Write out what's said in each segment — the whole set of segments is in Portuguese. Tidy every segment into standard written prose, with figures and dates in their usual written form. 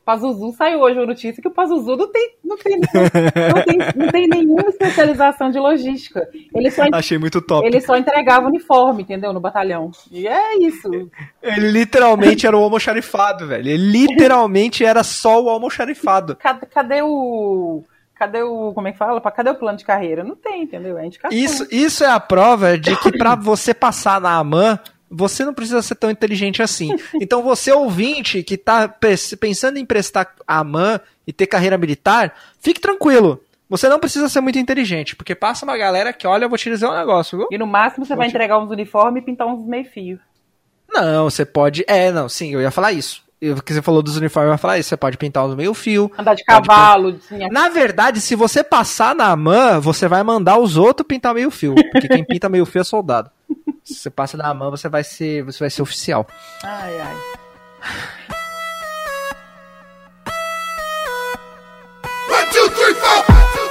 Pazuzu saiu hoje a notícia que o Pazuzu não tem nenhuma especialização de logística. Achei muito top. Ele só entregava uniforme, entendeu? No batalhão. E é isso. Ele literalmente era o almoxarifado, velho. Ele literalmente era só o almoxarifado. Cadê o... Como é que fala? Cadê o plano de carreira? Não tem, entendeu? É indicação. Isso é a prova de que pra você passar na AMAN, você não precisa ser tão inteligente assim. Então você, ouvinte, que tá pensando em prestar a AMAN e ter carreira militar, fique tranquilo. Você não precisa ser muito inteligente, porque passa uma galera que, olha, eu vou te dizer um negócio, viu? E no máximo você vai entregar uns uniformes e pintar uns meio-fio. Não, você pode... sim, eu ia falar isso. Porque você falou dos uniformes, eu ia falar isso. Você pode pintar uns meio-fio. Andar de cavalo. Na verdade, se você passar na AMAN, você vai mandar os outros pintar meio-fio. Porque quem pinta meio-fio é soldado. Se você passa na AMAN, você vai ser oficial. Ai. One, two, three, four.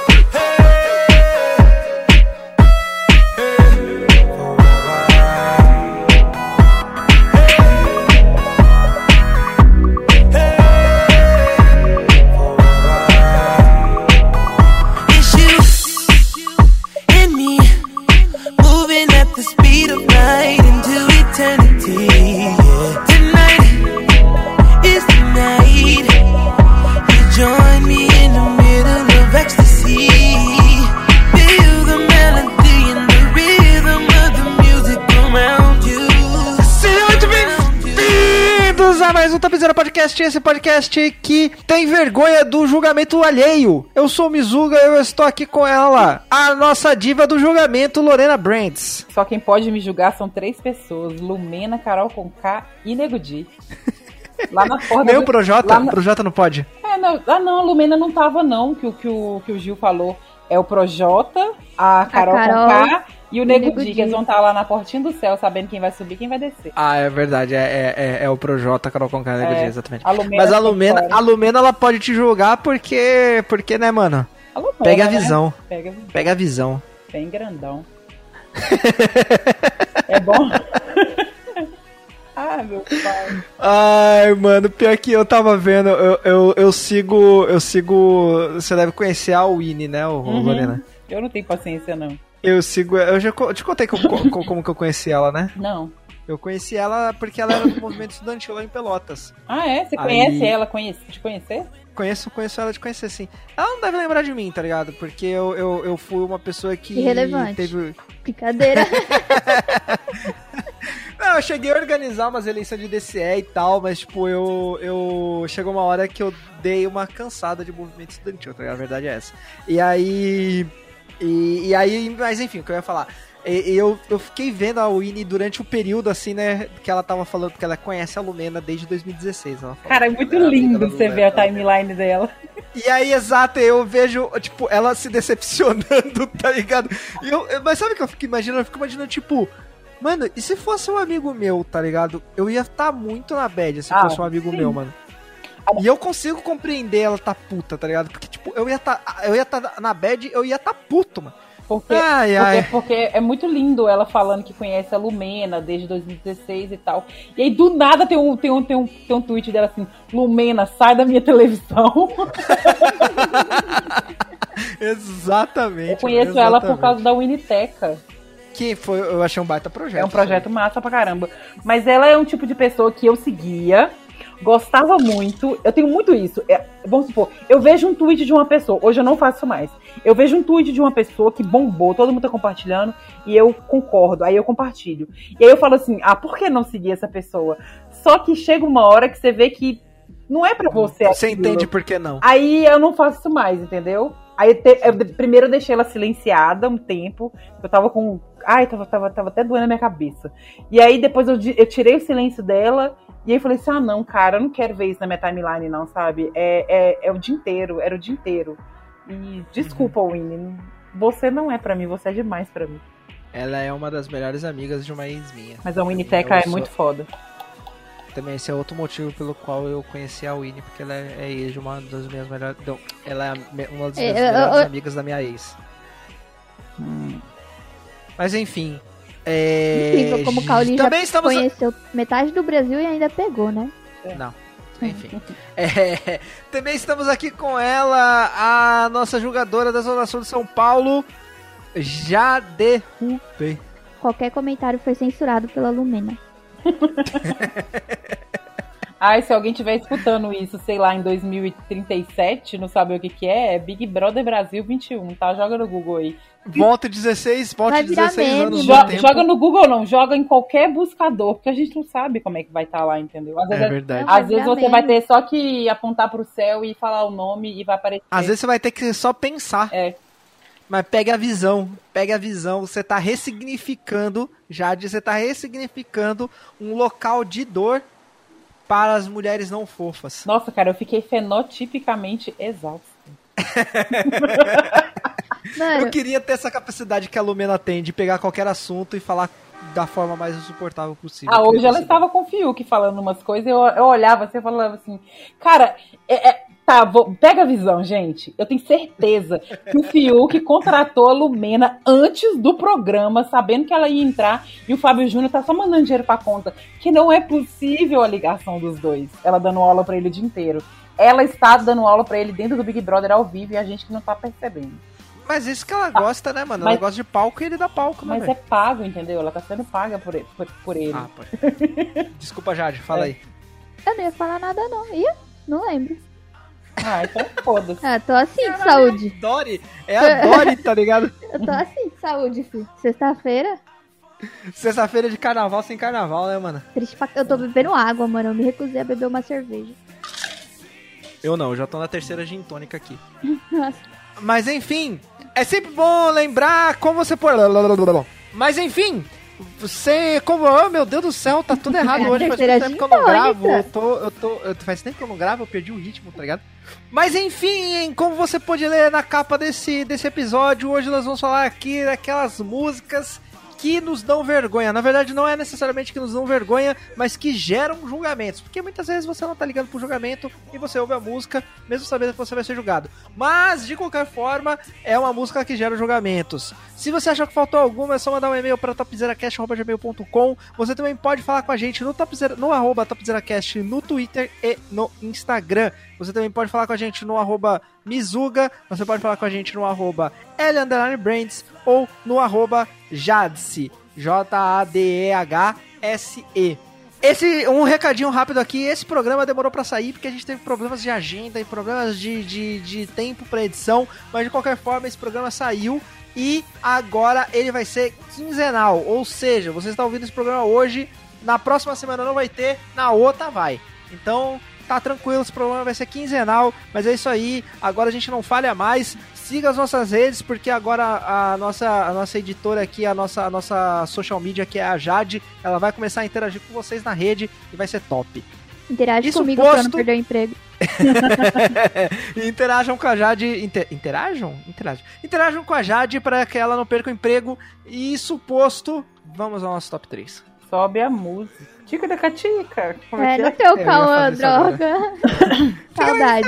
Mais um Topzera Podcast, esse podcast que tem vergonha do julgamento alheio. Eu sou o Mizuga e eu estou aqui com ela, a nossa diva do julgamento, Lorena Brands. Só quem pode me julgar são 3 pessoas, Lumena, Carol Conká e Nego Di. Lá na porta. Nem o Projota? O Projota não pode? Não, a Lumena não tava não, que o Gil falou. É o Projota, a Carol Conká e o Nego Di, que eles vão estar lá na portinha do céu, sabendo quem vai subir e quem vai descer. Ah, é verdade, é o Projota, Carol Conká e Nego Di, exatamente. Mas a Lumena, ela pode te julgar porque né, mano? Lumena, pega a visão. Né? Pega a visão. Bem grandão. É bom? Ah, meu pai. Ai, mano, pior que eu tava vendo, eu sigo, você deve conhecer a Winnie, né, Lorena? Eu não tenho paciência, não. Eu já te contei como que eu conheci ela, né? Não. Eu conheci ela porque ela era do movimento estudantil lá em Pelotas. Ah, é? Você conhece ela? Te conhecer? Conheço ela de conhecer, sim. Ela não deve lembrar de mim, tá ligado? Porque eu fui uma pessoa que... Irrelevante. Teve... Brincadeira. Não, eu cheguei a organizar umas eleições de DCE e tal, mas, tipo, eu... Chegou uma hora que eu dei uma cansada de movimento estudantil, tá ligado? A verdade é essa. E aí... Mas enfim, o que eu ia falar... Eu fiquei vendo a Winnie durante o período, assim, né, que ela tava falando, porque ela conhece a Lumena desde 2016. Ela falou, cara, é muito lindo você ver a timeline dela. E aí, exato, eu vejo, tipo, ela se decepcionando, tá ligado? Mas sabe o que eu fico imaginando? Eu fico imaginando, tipo, mano, e se fosse um amigo meu, tá ligado? Eu ia estar muito na bad se fosse um amigo meu, mano. E eu consigo compreender ela tá puta, tá ligado? Porque, tipo, eu ia tá na bad, eu ia tá puto, mano. Porque é muito lindo ela falando que conhece a Lumena desde 2016 e tal. E aí, do nada, tem um tweet dela assim: Lumena, sai da minha televisão. Exatamente. Eu conheço ela por causa da Winiteca. Que foi, eu achei um baita projeto. É um projeto massa pra caramba. Mas ela é um tipo de pessoa que eu seguia. Gostava muito, eu tenho muito isso. Vamos supor, eu vejo um tweet de uma pessoa, hoje eu não faço mais. Eu vejo um tweet de uma pessoa que bombou, todo mundo tá compartilhando, e eu concordo, aí eu compartilho. E aí eu falo assim, por que não seguir essa pessoa? Só que chega uma hora que você vê que não é pra você. Você entende por que não. Aí eu não faço isso mais, entendeu? Aí primeiro eu deixei ela silenciada um tempo, eu tava com... tava até doendo a minha cabeça. E aí depois eu tirei o silêncio dela. E aí eu falei assim, não, cara, eu não quero ver isso na minha timeline, não, sabe? É o dia inteiro, era o dia inteiro. E desculpa, Winnie, você não é pra mim, você é demais pra mim. Ela é uma das melhores amigas de uma ex minha. Mas a Winiteca é muito foda. Também esse é outro motivo pelo qual eu conheci a Winnie, porque ela é ex de uma das minhas melhores... Não, ela é uma das minhas melhores amigas da minha ex. Mas enfim... Incrível como o Caulinho já conheceu metade do Brasil e ainda pegou, né? Não. Enfim. Também estamos aqui com ela, a nossa jogadora da Zona Sul de São Paulo, Jaderrube. Qualquer comentário foi censurado pela Lumena. Ai, se alguém estiver escutando isso, sei lá, em 2037, não sabe o que é Big Brother Brasil 21, tá? Joga no Google aí. Volte 16 anos Joga, no tempo. joga no Google não, joga em qualquer buscador, porque a gente não sabe como é que vai estar lá, entendeu? Às vezes, verdade. Às vezes você vai ter só que apontar pro céu e falar o nome e vai aparecer. Às vezes você vai ter que só pensar. Mas pegue a visão, você tá ressignificando, Jade, você tá ressignificando um local de dor para as mulheres não fofas. Nossa, cara, eu fiquei fenotipicamente exausta. Mano, Eu queria ter essa capacidade que a Lumena tem de pegar qualquer assunto e falar da forma mais insuportável possível. Hoje ela estava com o Fiuk falando umas coisas, eu olhava assim e falava assim, cara, pega a visão, gente. Eu tenho certeza que o Fiuk contratou a Lumena antes do programa, sabendo que ela ia entrar, e o Fábio Júnior tá só mandando dinheiro pra conta, que não é possível a ligação dos dois, ela dando aula pra ele o dia inteiro. Ela está dando aula pra ele dentro do Big Brother ao vivo e a gente que não tá percebendo. Mas isso que ela gosta, né, mano? Ela gosta de palco e ele dá palco, né? Mas é pago, entendeu? Ela tá sendo paga por ele. Pode. Desculpa, Jade, fala aí. eu não ia falar nada não. Não lembro. Então foda-se. Tô assim de saúde. Dory, é a Dory, tá ligado? Eu tô assim de saúde, filho. Sexta-feira. Sexta-feira de carnaval sem carnaval, né, mano? Triste pra... Eu tô bebendo água, mano. Eu me recusei a beber uma cerveja. Eu não, eu já tô na terceira gin tônica aqui. Nossa. Mas enfim, é sempre bom lembrar como você pode... Mas enfim, você... Oh, meu Deus do céu, tá tudo errado hoje. Faz muito tempo que eu não gravo. Faz tempo que eu não gravo, eu perdi o ritmo, tá ligado? Mas enfim, como você pode ler na capa desse episódio, hoje nós vamos falar aqui daquelas músicas que nos dão vergonha. Na verdade, não é necessariamente que nos dão vergonha, mas que geram julgamentos. Porque muitas vezes você não tá ligando pro julgamento e você ouve a música, mesmo sabendo que você vai ser julgado. Mas, de qualquer forma, é uma música que gera julgamentos. Se você achar que faltou alguma, é só mandar um e-mail para topzeracast@gmail.com. Você também pode falar com a gente no @topzeracast no Twitter e no Instagram. Você também pode falar com a gente no @Mizuga, você pode falar com a gente no @L_Brands ou no @Jadse, JADEHSE. Um recadinho rápido aqui, esse programa demorou pra sair porque a gente teve problemas de agenda e problemas de tempo pra edição, mas de qualquer forma esse programa saiu e agora ele vai ser quinzenal, ou seja, você está ouvindo esse programa hoje, na próxima semana não vai ter, na outra vai. Então... tá tranquilo, esse programa vai ser quinzenal, mas é isso aí, agora a gente não falha mais, siga as nossas redes, porque agora a nossa editora aqui, a nossa social media, que é a Jade, ela vai começar a interagir com vocês na rede e vai ser top. Interage comigo pra eu não perder o emprego. Interajam com a Jade. Interajam com a Jade para que ela não perca o emprego. E isso posto, vamos ao nosso top 3. Sobe a música. Tica da catica. No teu Cauã, droga. Saudade.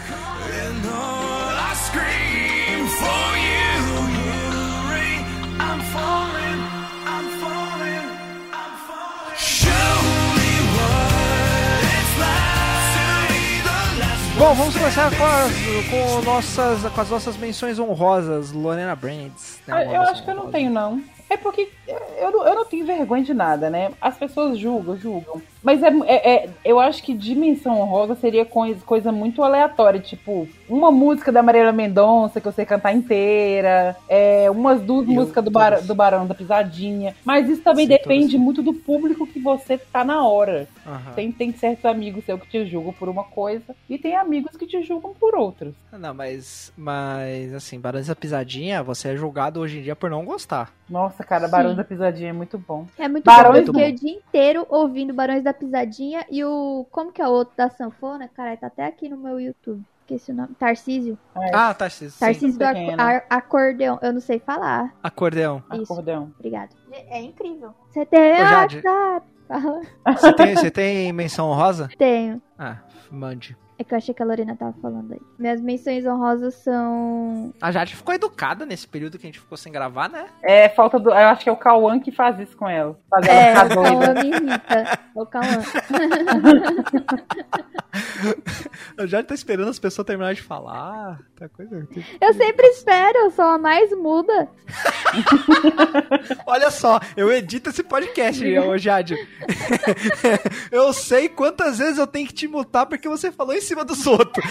Bom, vamos começar com as nossas menções honrosas, Lorena Brands. Eu acho que eu não tenho, não. É porque eu não tenho vergonha de nada, né? As pessoas julgam. Mas eu acho que dimensão honrosa seria coisa muito aleatória. Tipo, uma música da Marília Mendonça que eu sei cantar inteira. Umas duas músicas do Barão da Pisadinha. Mas isso também depende muito do público que você tá na hora. Uhum. Tem certos amigos seus que te julgam por uma coisa e tem amigos que te julgam por outros. Não, mas assim, Barões da Pisadinha, você é julgado hoje em dia por não gostar. Nossa, cara, Barões da Pisadinha é muito bom. É muito bom, eu fiquei o dia inteiro ouvindo Barões da Pisadinha e como que é o outro da sanfona? Caralho, tá até aqui no meu YouTube. Esqueci o nome. Tarcísio. Tarcísio. Tarcísio do acordeão. Eu não sei falar. Acordeão. Isso. Acordeão. Obrigada. É incrível. Você tem... Ô, Jade, fala. Você tem menção honrosa? Tenho. Mande. É que eu achei que a Lorena tava falando aí. Minhas menções honrosas são... A Jade ficou educada nesse período que a gente ficou sem gravar, né? É falta do. Eu acho que é o Cauã que faz isso com ela. Faz ela É, ficar o Cauã doida. me irrita. O Cauã. A Jade tá esperando as pessoas terminarem de falar. Tá coisa... Eu sempre espero, eu sou a mais muda. Olha só, eu edito esse podcast, ô Jade. Eu sei quantas vezes eu tenho que te mutar porque você falou em cima dos outros.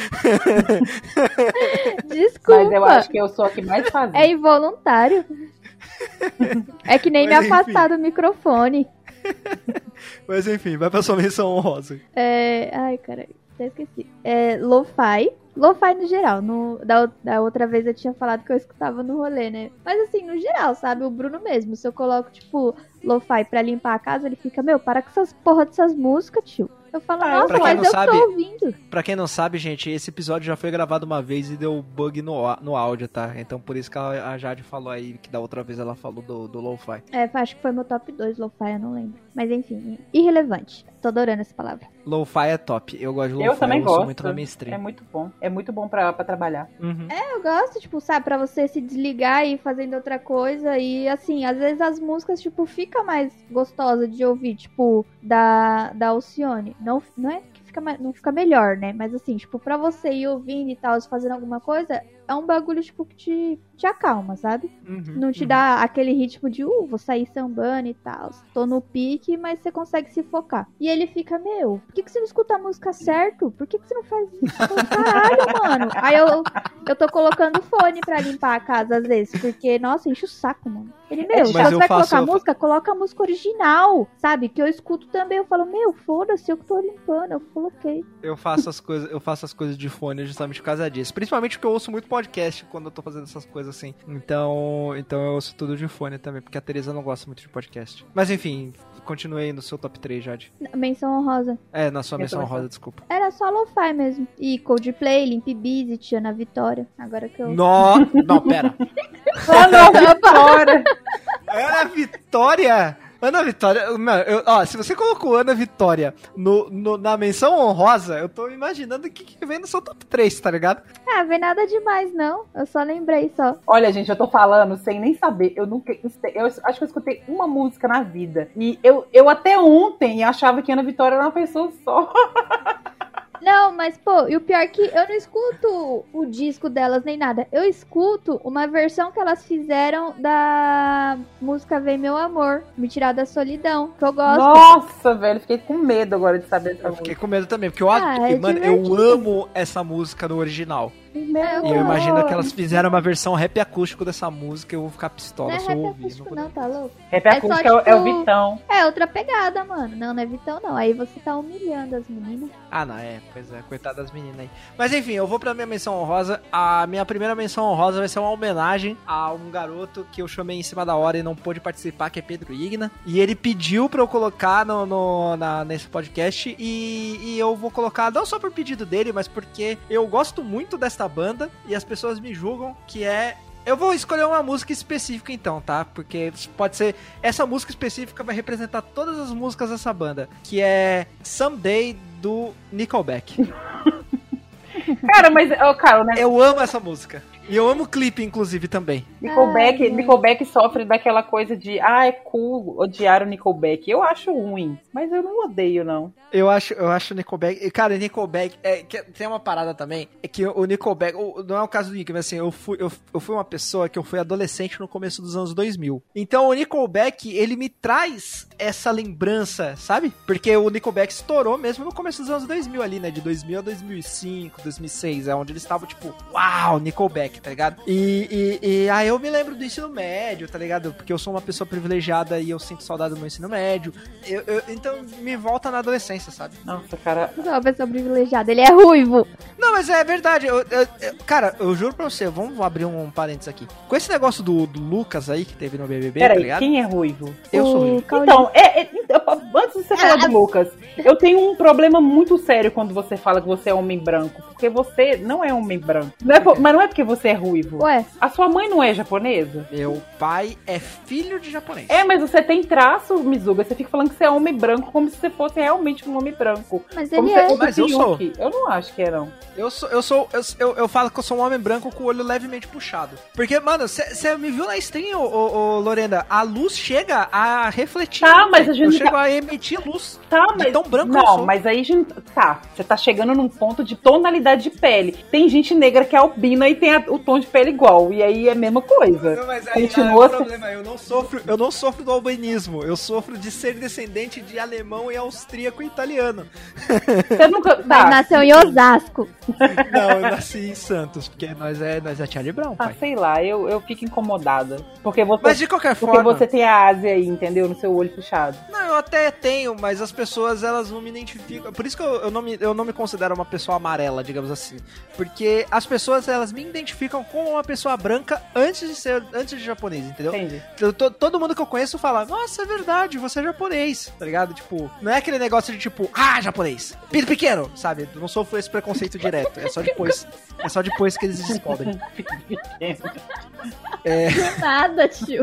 Desculpa. Mas eu acho que eu sou a que mais faz. É involuntário. É que nem Mas, me afastar do microfone. Mas enfim, vai pra sua menção honrosa. Ai, caralho, até esqueci. Lo-fi. Lo-fi no geral. Da outra vez eu tinha falado que eu escutava no rolê, né? Mas assim, no geral, sabe? O Bruno mesmo. Se eu coloco, tipo, lo-fi pra limpar a casa, ele fica, meu, para com essas porra dessas músicas, tio. Eu falo, nossa, pra quem mas não eu sabe- tô ouvindo. Pra quem não sabe, gente, esse episódio já foi gravado uma vez e deu bug no áudio, tá? Então por isso que a Jade falou aí, que da outra vez ela falou do lo-fi. Acho que foi meu top 2 lo-fi, eu não lembro. Mas enfim, irrelevante. Tô adorando essa palavra. Lo-fi é top, eu gosto de lo-fi, Eu também ouço gosto. muito na mainstream. É muito bom. É muito bom pra trabalhar. Uhum. Eu gosto, tipo, sabe, pra você se desligar e ir fazendo outra coisa. E assim, às vezes as músicas, tipo, fica mais gostosa de ouvir, tipo, da Alcione. Não é que não fica melhor, né? Mas assim, tipo, pra você ir ouvindo e tal, fazendo alguma coisa, é um bagulho, tipo, que te acalma, sabe? Uhum. Não te dá aquele ritmo de, vou sair sambando e tal. Tô no pique, mas você consegue se focar. E ele fica, meu, por que você não escuta a música certo? Por que você não faz isso? Eu falo, caralho, mano. Aí eu tô colocando fone pra limpar a casa às vezes, porque, nossa, enche o saco, mano. Ele, meu, se Mas você vai colocar música, coloca a música original, sabe? Que eu escuto também. Eu falo, meu, foda-se, eu que tô limpando. Eu coloquei. Eu faço as coisas de fone justamente por causa disso. Principalmente porque eu ouço muito podcast quando eu tô fazendo essas coisas assim. Então eu ouço tudo de fone também, porque a Teresa não gosta muito de podcast. Mas enfim, continuei no seu top 3, Jade. Menção honrosa. Na sua menção rosa, desculpa. Era só lo-fi mesmo. E Coldplay, Limp Bizkit, Ana Vitória. Agora que eu... Não, pera. Vitória! Ana Vitória? Ana Vitória, mano, se você colocou Ana Vitória na menção honrosa, eu tô imaginando o que vem no seu top 3, tá ligado? Vem nada demais, não. Eu só lembrei, só. Olha, gente, eu tô falando sem nem saber. Eu acho que eu escutei uma música na vida. E eu até ontem achava que Ana Vitória era uma pessoa só. Não, mas, pô, e o pior é que eu não escuto o disco delas nem nada. Eu escuto uma versão que elas fizeram da música Vem Meu Amor, Me Tirar da Solidão, que eu gosto. Nossa, velho, fiquei com medo agora de saber essa Eu música. fiquei com medo também, porque eu divertido. amo essa música no original. E eu imagino que elas fizeram uma versão rap acústico dessa música e eu vou ficar pistola Não é se eu rap ouvir. acústico não, tá louco? Rap É só, acústico tipo, é o Vitão. É outra pegada, mano. Não é Vitão, não. Aí você tá humilhando as meninas. Pois é, coitada das meninas aí. Mas enfim, eu vou pra minha menção honrosa. A minha primeira menção honrosa vai ser uma homenagem a um garoto que eu chamei em cima da hora e não pôde participar, que é Pedro Igna. E ele pediu pra eu colocar nesse podcast e eu vou colocar não só por pedido dele, mas porque eu gosto muito desta banda e as pessoas me julgam que é... Eu vou escolher uma música específica então, tá? Porque pode ser... Essa música específica vai representar todas as músicas dessa banda, que é Someday, do Nickelback. Cara, mas, cara, né? Eu amo essa música. E eu amo o clipe, inclusive, também. Nickelback sofre daquela coisa de, é cool odiar o Nickelback. Eu acho ruim, mas eu não odeio, não. Eu acho o Nickelback... Cara, Nickelback... tem uma parada também, é que o Nickelback... Não é o caso do Nick, mas assim, eu fui uma pessoa que eu fui adolescente no começo dos anos 2000. Então o Nickelback, ele me traz essa lembrança, sabe? Porque o Nickelback estourou mesmo no começo dos anos 2000 ali, né? De 2000 a 2005, 2006, é onde eles estavam tipo, uau, Nickelback, tá ligado? E aí eu me lembro do ensino médio, tá ligado? Porque eu sou uma pessoa privilegiada e eu sinto saudade do meu ensino médio. Então me volta na adolescência, sabe? Nossa, cara. Não é uma pessoa privilegiada, ele é ruivo. Não, mas é verdade. Cara, eu juro pra você, vamos abrir um parênteses aqui. Com esse negócio do Lucas aí, que teve no BBB, Peraí, tá ligado? quem é ruivo? Eu sou ruivo. Então, antes de você falar do Lucas, eu tenho um problema muito sério quando você fala que você é homem branco. porque você não é homem branco. Mas não é porque você é ruivo. Ué, A sua mãe não é japonesa? Meu pai é filho de japonês. É, mas você tem traço, Mizuga. Você fica falando que você é homem branco como se você fosse realmente um homem branco. mas Como ele se é. fosse Mas eu sou. Fiuk. Eu não acho que é, não. Eu falo que eu sou um homem branco com o olho levemente puxado. Porque, mano, você me viu na stream, ô, Lorena? A luz chega a refletir. Tá, mas a gente eu chego a emitir luz. Tá, De mas... tão branco que eu Não, sou. mas aí, gente... Tá, você tá chegando num ponto de tonalidade de pele. Tem gente negra que é albina e tem o tom de pele igual. E aí é a mesma coisa. Não, mas aí Continua é o problema. Eu não sofro do albinismo. Eu sofro de ser descendente de alemão e austríaco e italiano. Você nunca... Mas Tá. nasceu em Osasco. Não, eu nasci em Santos, porque nós é Charlie Brown, Ah, pai. sei lá, eu fico incomodada. Porque você... Mas de qualquer Porque forma... você tem a Ásia aí, entendeu? No seu olho puxado. Não, eu até tenho, mas as pessoas, elas não me identificam. Por isso que eu não me considero uma pessoa amarela, digamos assim. Porque as pessoas, elas me identificam como uma pessoa branca antes de japonês, entendeu? Entendi. Todo mundo que eu conheço fala, nossa, é verdade, você é japonês, tá ligado? Tipo, não é aquele negócio de tipo, japonês, pinto pequeno, sabe? Eu não sofro esse preconceito direto, é só depois que eles descobrem. Nada, tio.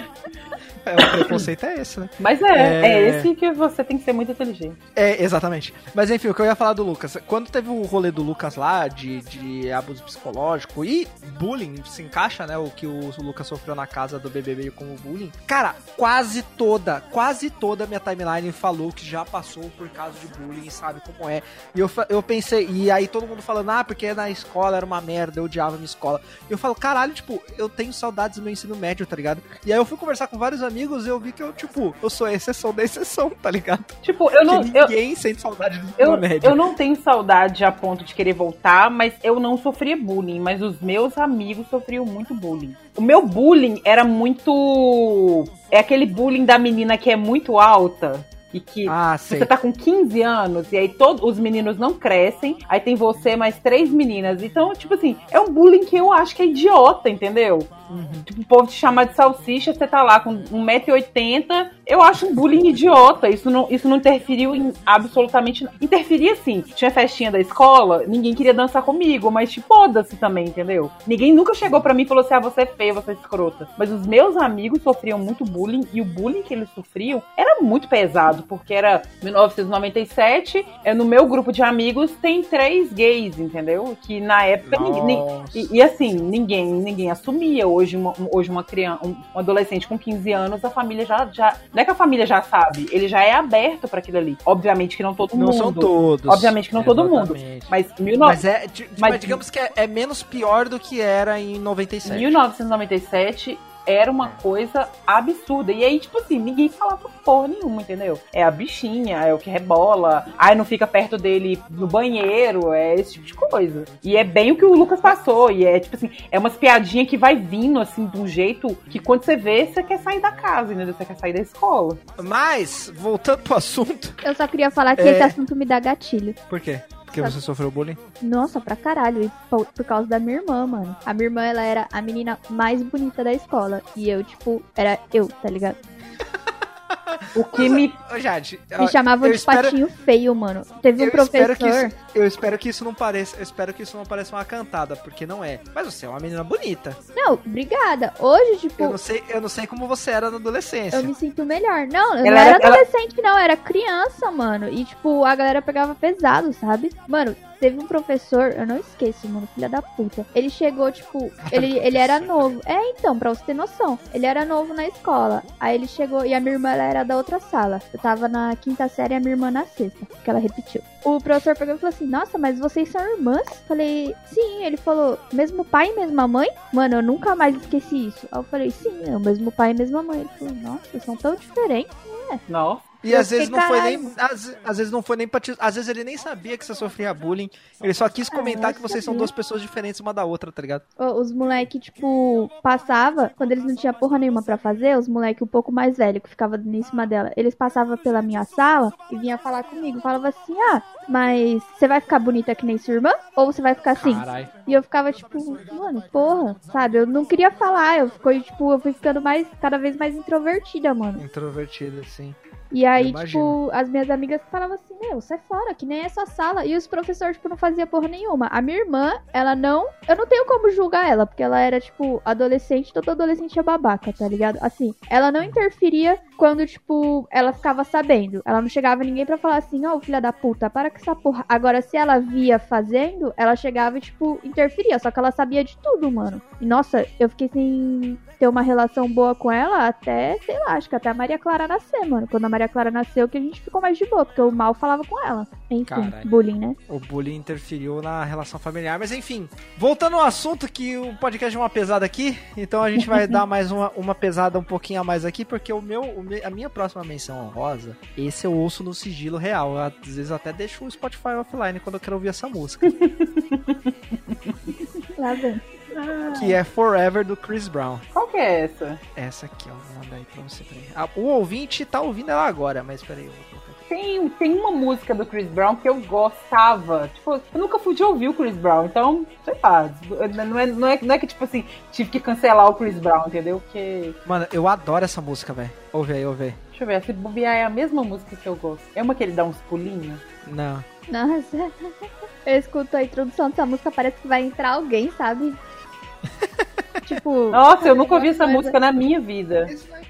O preconceito é esse, né? Mas é esse que você tem que ser muito inteligente. É, exatamente. Mas enfim, o que eu ia falar do Lucas. Quando teve o rolê do Lucas lá, de abuso psicológico e bullying, se encaixa, né? O que o Lucas sofreu na casa do BBB como bullying. Cara, quase toda a minha timeline falou que já passou por caso de bullying, sabe como é. E eu pensei, e aí todo mundo falando, porque na escola era uma merda, eu odiava a minha escola. E eu falo, caralho, tipo, eu tenho saudades do meu ensino médio, tá ligado? E aí eu fui conversar com vários amigos e eu vi que eu sou a exceção da exceção, tá ligado? Tipo, eu não... Ninguém sente saudade do ensino médio. Eu não tenho saudade a ponto de querer voltar, mas eu não sofria bullying. Mas os meus amigos sofriam muito bullying. O meu bullying era muito... É aquele bullying da menina que é muito alta. E que você tá com 15 anos e aí todos os meninos não crescem, aí tem você mais 3 meninas. Então, tipo assim, é um bullying que eu acho que é idiota, entendeu? Tipo, o povo te chamar de salsicha, você tá lá com 1,80m. Eu acho um bullying idiota. Isso não interferiu em absolutamente nada. Interferia sim. Tinha festinha da escola, ninguém queria dançar comigo, mas tipo, foda-se também, entendeu? Ninguém nunca chegou pra mim e falou assim, você é feia, você é escrota. Mas os meus amigos sofriam muito bullying e o bullying que eles sofriam era muito pesado, porque era 1997, no meu grupo de amigos tem 3 gays, entendeu? Que na época assim, ninguém assumia. Hoje uma criança, um adolescente com 15 anos, a família já não é que a família já sabe, ele já é aberto pra aquilo ali. Obviamente que não todo mundo. Não são todos. Obviamente que não todo mundo. Mas digamos que é menos pior do que era em 97. 1997 era uma coisa absurda. E aí, tipo assim, ninguém falava porra nenhuma, entendeu? É a bichinha, é o que rebola, não fica perto dele no banheiro, é esse tipo de coisa. E é bem o que o Lucas passou, e é tipo assim, é umas piadinhas que vai vindo, assim, de um jeito que quando você vê, você quer sair da casa, entendeu? Você quer sair da escola. Mas, voltando pro assunto... Eu só queria falar que esse assunto me dá gatilho. Por quê? Porque você sofreu bullying? Nossa, pra caralho. E por causa da minha irmã, mano. A minha irmã, ela era a menina mais bonita da escola. E eu, tipo, era eu, tá ligado? O que me... Jade, me chamavam de patinho feio, mano. Teve um professor... Eu espero que isso não pareça uma cantada, porque não é. Mas você é uma menina bonita. Não, obrigada. Hoje, tipo... Eu não sei como você era na adolescência. Eu me sinto melhor. Não, eu não era adolescente, não. Eu era criança, mano. E, tipo, a galera pegava pesado, sabe? Mano... Teve um professor, eu não esqueço, mano, filha da puta. Ele chegou, tipo, ele era novo. Então, pra você ter noção. Ele era novo na escola. Aí ele chegou, e a minha irmã, ela era da outra sala. Eu tava na 5ª série e a minha irmã na 6ª, porque ela repetiu. O professor pegou e falou assim, nossa, mas vocês são irmãs? Falei, sim. Ele falou, mesmo pai e mesma mãe? Mano, eu nunca mais esqueci isso. Aí eu falei, sim, é o mesmo pai e mesma mãe. Ele falou, nossa, são tão diferentes. Não. E às vezes não foi nem. Às vezes não foi nem pra te... Às vezes ele nem sabia que você sofria bullying. Ele só quis comentar que vocês são 2 pessoas diferentes uma da outra, tá ligado? Os moleque, tipo, passava, quando eles não tinham porra nenhuma pra fazer, os moleque um pouco mais velho, que ficava em cima dela, eles passavam pela minha sala e vinha falar comigo. Falava assim, mas você vai ficar bonita que nem sua irmã? Ou você vai ficar assim? Carai. E eu ficava, tipo, mano, porra, sabe? Eu não queria falar, eu fui ficando cada vez mais introvertida, mano. Introvertida, sim. E aí, tipo, as minhas amigas falavam assim, meu, sai fora, que nem essa sala. E os professores, tipo, não faziam porra nenhuma. A minha irmã, ela não... Eu não tenho como julgar ela, porque ela era, tipo, adolescente, todo adolescente é babaca, tá ligado? Assim, ela não interferia quando, tipo, ela ficava sabendo. Ela não chegava ninguém pra falar assim, ó, filha da puta, para com essa porra. Agora, se ela via fazendo, ela chegava e, tipo, interferia. Só que ela sabia de tudo, mano. E, nossa, eu fiquei sem ter uma relação boa com ela até, sei lá, acho que até a Maria Clara nascer, mano. Quando a Maria Clara nasceu, que a gente ficou mais de boa, porque o mal falava com ela. Enfim, Caralho. bullying, né? O bullying interferiu na relação familiar, mas enfim. Voltando ao assunto, que o podcast é uma pesada aqui, então a gente vai dar mais uma pesada um pouquinho a mais aqui, porque a minha próxima menção honrosa, esse eu ouço no sigilo real. Eu, às vezes eu até deixo o Spotify offline quando eu quero ouvir essa música. Lá vem. Que é Forever, do Chris Brown. Qual que é essa? Essa aqui, ó, vou mandar aí pra você. O ouvinte tá ouvindo ela agora, mas peraí, eu vou colocar aqui. Tem uma música do Chris Brown que eu gostava. Tipo, eu nunca fui de ouvir o Chris Brown, então, sei lá. Não é que, tipo assim, tive que cancelar o Chris Brown, entendeu? Porque... Mano, eu adoro essa música, velho. Ouve aí, ouve aí. Deixa eu ver, se bobear é a mesma música que eu gosto. É uma que ele dá uns pulinhos? Não. Nossa, eu escuto a introdução dessa música, parece que vai entrar alguém, sabe? Tipo... Nossa, eu nunca ouvi essa música na minha vida.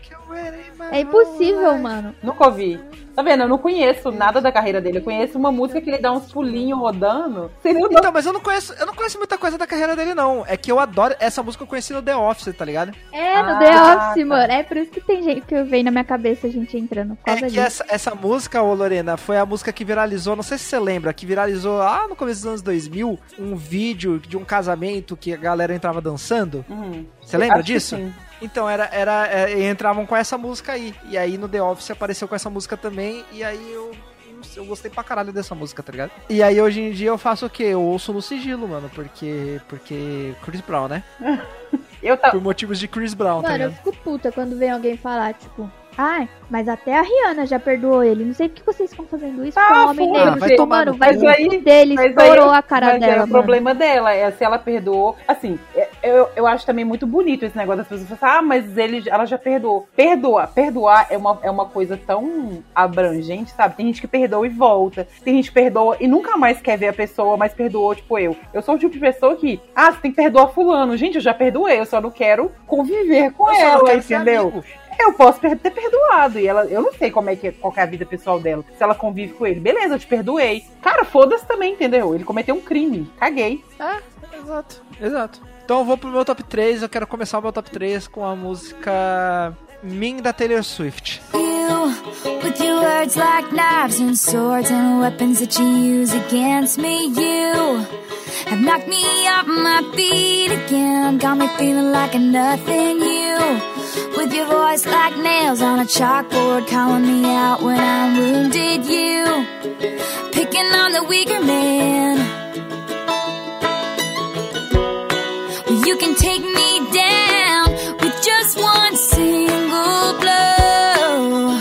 É impossível, mano. Nunca ouvi. Tá vendo? Eu não conheço nada da carreira dele. Eu conheço uma música que ele dá uns pulinhos rodando. Então, mas eu não conheço muita coisa da carreira dele, não. É que eu adoro essa música, eu conheci no The Office, tá ligado? É, no The Office, mano. É por isso que tem gente que vem na minha cabeça a gente entrando. Por causa que essa música, ô Lorena, foi a música que viralizou, não sei se você lembra, que viralizou lá no começo dos anos 2000, um vídeo de um casamento que a galera entrava dançando. Você lembra disso? Sim. Então, entravam com essa música aí. E aí no The Office apareceu com essa música também. E aí eu gostei pra caralho dessa música, tá ligado? E aí hoje em dia eu faço o quê? Eu ouço no sigilo, mano. Porque Chris Brown, né? Por motivos de Chris Brown, mano, tá ligado? eu fico puta quando vem alguém falar, tipo... Ai, mas até a Rihanna já perdoou ele. Não sei por que vocês estão fazendo isso com o homem negro. Vai tomar mano, vai ser dele, estourou a cara dela, mano. O problema dela é se ela perdoou. Assim, eu acho também muito bonito esse negócio das pessoas falarem, mas ela já perdoou. Perdoar é uma coisa tão abrangente, sabe? Tem gente que perdoa e volta. Tem gente que perdoa e nunca mais quer ver a pessoa, mas perdoou, tipo eu. Eu sou o tipo de pessoa que, você tem que perdoar fulano. Gente, eu já perdoei, eu só não quero conviver com ela, entendeu? Eu posso ter perdoado. E eu não sei qual é a vida pessoal dela. Se ela convive com ele. Beleza, eu te perdoei. Cara, foda-se também, entendeu? Ele cometeu um crime. Caguei. Exato. Então eu vou pro meu top 3. Eu quero começar o meu top 3 com a música Mean, da Taylor Swift. With your words like knives and swords and weapons that you use against me, you have knocked me off my feet again, got me feeling like a nothing. You, with your voice like nails on a chalkboard, calling me out when I'm wounded. You, picking on the weaker man. Well, you can take me down with just one single blow.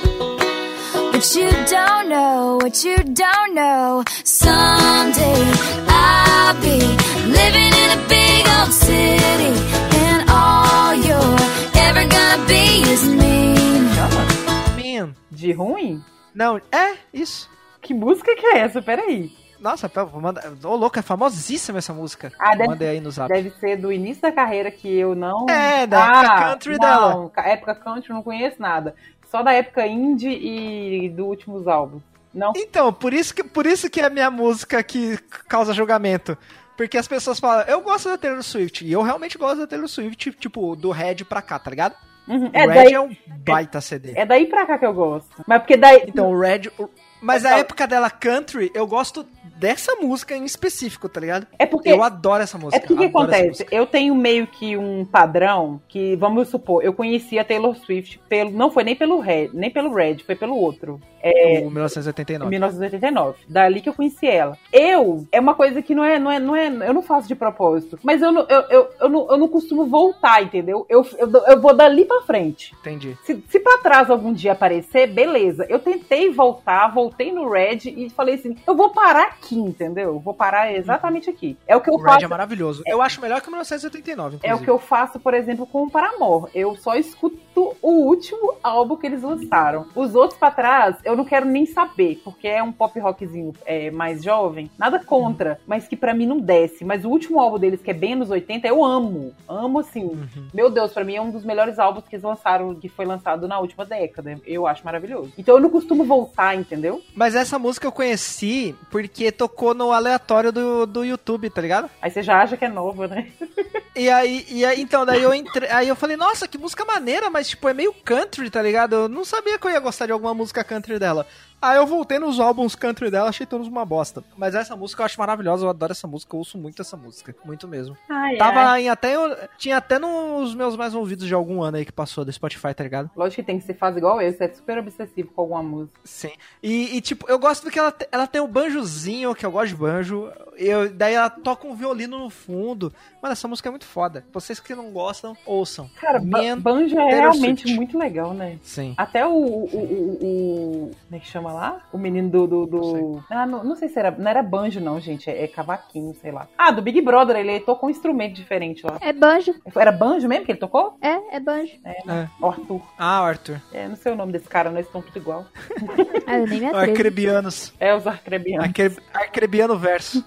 What you don't know, someday I'll be living in a big old city, and all you're ever gonna be is mean. Man. De ruim? Não, isso. Que música que é essa? Peraí. Nossa, vou mandar. Ô, louco, é famosíssima essa música. Mandei aí no zap. Deve ser do início da carreira que eu não... Da época country dela. Não, época country eu não conheço nada. Só da época indie e dos últimos álbuns. Não. Então, por isso que é a minha música que causa julgamento. Porque as pessoas falam, eu gosto da Taylor Swift. E eu realmente gosto da Taylor Swift, tipo, do Red pra cá, tá ligado? Uhum. O Red é um baita CD. É daí pra cá que eu gosto. Mas porque daí... Então, o Red... Mas a época dela country, eu gosto dessa música em específico, tá ligado? É porque... Eu adoro essa música. É porque o que acontece? Eu tenho meio que um padrão que, vamos supor, eu conheci a Taylor Swift não foi nem pelo Red, foi pelo outro. O 1989. 1989. Dali que eu conheci ela. É uma coisa que não é, eu não faço de propósito. Mas eu não costumo voltar, entendeu? Eu vou dali pra frente. Entendi. Se pra trás algum dia aparecer, beleza. Eu tentei voltei no Red e falei assim, eu vou parar aqui, entendeu? Vou parar exatamente aqui. É o que eu faço. O Red é maravilhoso. Eu acho melhor que o 1989, inclusive. É o que eu faço, por exemplo, com o Paramore. Eu só escuto muito o último álbum que eles lançaram. Os outros pra trás, eu não quero nem saber, porque é um pop rockzinho mais jovem, nada contra, mas que pra mim não desce. Mas o último álbum deles, que é bem anos 80, eu amo. Amo, assim. Meu Deus, pra mim é um dos melhores álbuns que eles lançaram, que foi lançado na última década. Eu acho maravilhoso. Então eu não costumo voltar, entendeu? Mas essa música eu conheci porque tocou no aleatório do YouTube, tá ligado? Aí você já acha que é nova, né? E aí, então, daí eu entrei, aí eu falei, nossa, que música maneira, mas tipo, é meio country, tá ligado? Eu não sabia que eu ia gostar de alguma música country dela. Aí eu voltei nos álbuns country dela, achei todos uma bosta. Mas essa música eu acho maravilhosa, eu adoro essa música, eu ouço muito essa música. Muito mesmo. Tinha até nos meus mais ouvidos de algum ano aí que passou do Spotify, tá ligado? Lógico que tem que ser faz igual eu, você é super obsessivo com alguma música. Sim. E tipo, eu gosto porque ela tem o banjozinho, que eu gosto de banjo. Daí ela toca um violino no fundo. Mano, essa música é muito foda. Vocês que não gostam, ouçam. Cara, banjo é realmente muito legal, né? Sim. Até o como é que chama lá? O menino do... não sei se era... Não era banjo, não, gente. É cavaquinho, sei lá. Ah, do Big Brother. Ele tocou um instrumento diferente lá. É banjo. Era banjo mesmo que ele tocou? É banjo. O Arthur. Ah, o Arthur. Não sei o nome desse cara, nós estamos tudo igual. Eu nem me atrevo. Arcrebianos. Os arcrebianos. Arcrebiano verso.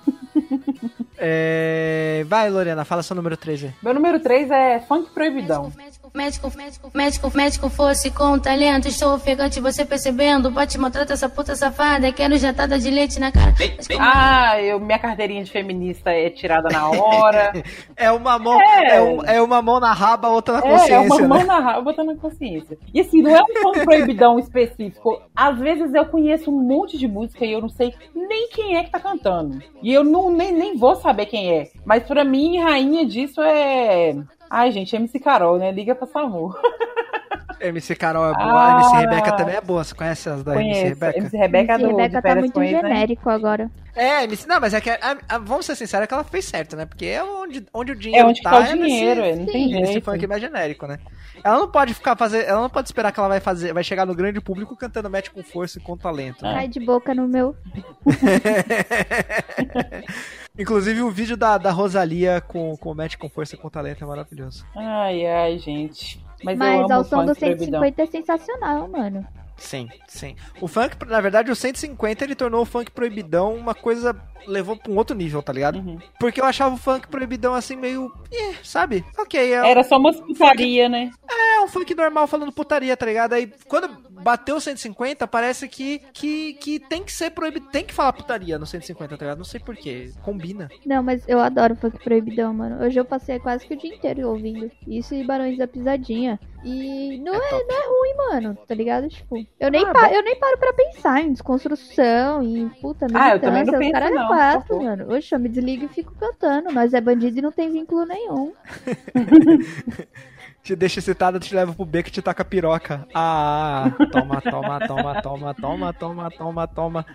Vai, Lorena, fala seu número 3 aí. Meu número 3 é Funk Proibidão. Médico fosse com talento. Estou ofegante, você percebendo. Bate, maltrata essa puta safada. Quero jatada de leite na cara. Minha carteirinha de feminista é tirada na hora. É uma mão uma mão na raba, outra na consciência. É uma mão na raba, outra na consciência. E assim, não é um funk proibidão específico. Às vezes eu conheço um monte de música e eu não sei nem quem é que tá cantando. E eu nem vou saber quem é. Mas pra mim, rainha disso é... Ai, gente, MC Carol, né? Liga pra Samu. MC Carol é boa, a MC Rebeca também é boa. Você conhece as da MC Rebeca? MC Rebeca MC Rebeca tá muito Coisa, genérico, né? Agora. Não, mas é que, vamos ser sinceros, é que ela fez certo, né? Porque é onde o dinheiro onde tá o dinheiro, não tem jeito. Esse funk é mais genérico, né? Ela não pode ela não pode esperar que ela vai chegar no grande público cantando Mete com Força e com Talento. Né? Cai de boca no meu. Inclusive o vídeo da Rosalia com Mete com Força e com Talento é maravilhoso. Ai, gente. Mas ao som do 150 é sensacional, mano. Sim. O funk, na verdade, o 150 ele tornou o funk proibidão uma coisa, levou pra um outro nível, tá ligado? Porque eu achava o funk proibidão assim meio, sabe? Ok. Era só uma putaria, né? É, um funk normal falando putaria, tá ligado? Aí quando bateu o 150, parece que tem que ser proibido, tem que falar putaria no 150, tá ligado? Não sei porquê, combina. Não, mas eu adoro funk proibidão, mano. Hoje eu passei quase que o dia inteiro ouvindo isso e Barões da Pisadinha. E não é ruim, mano, tá ligado? Tipo, eu nem paro pra pensar em desconstrução e puta militância. Eu também não penso, os caras não, quatro, mano. Oxe, eu me desligo e fico cantando. Nós é bandido e não tem vínculo nenhum. Te deixa excitada, te leva pro beco e te taca a piroca. Toma.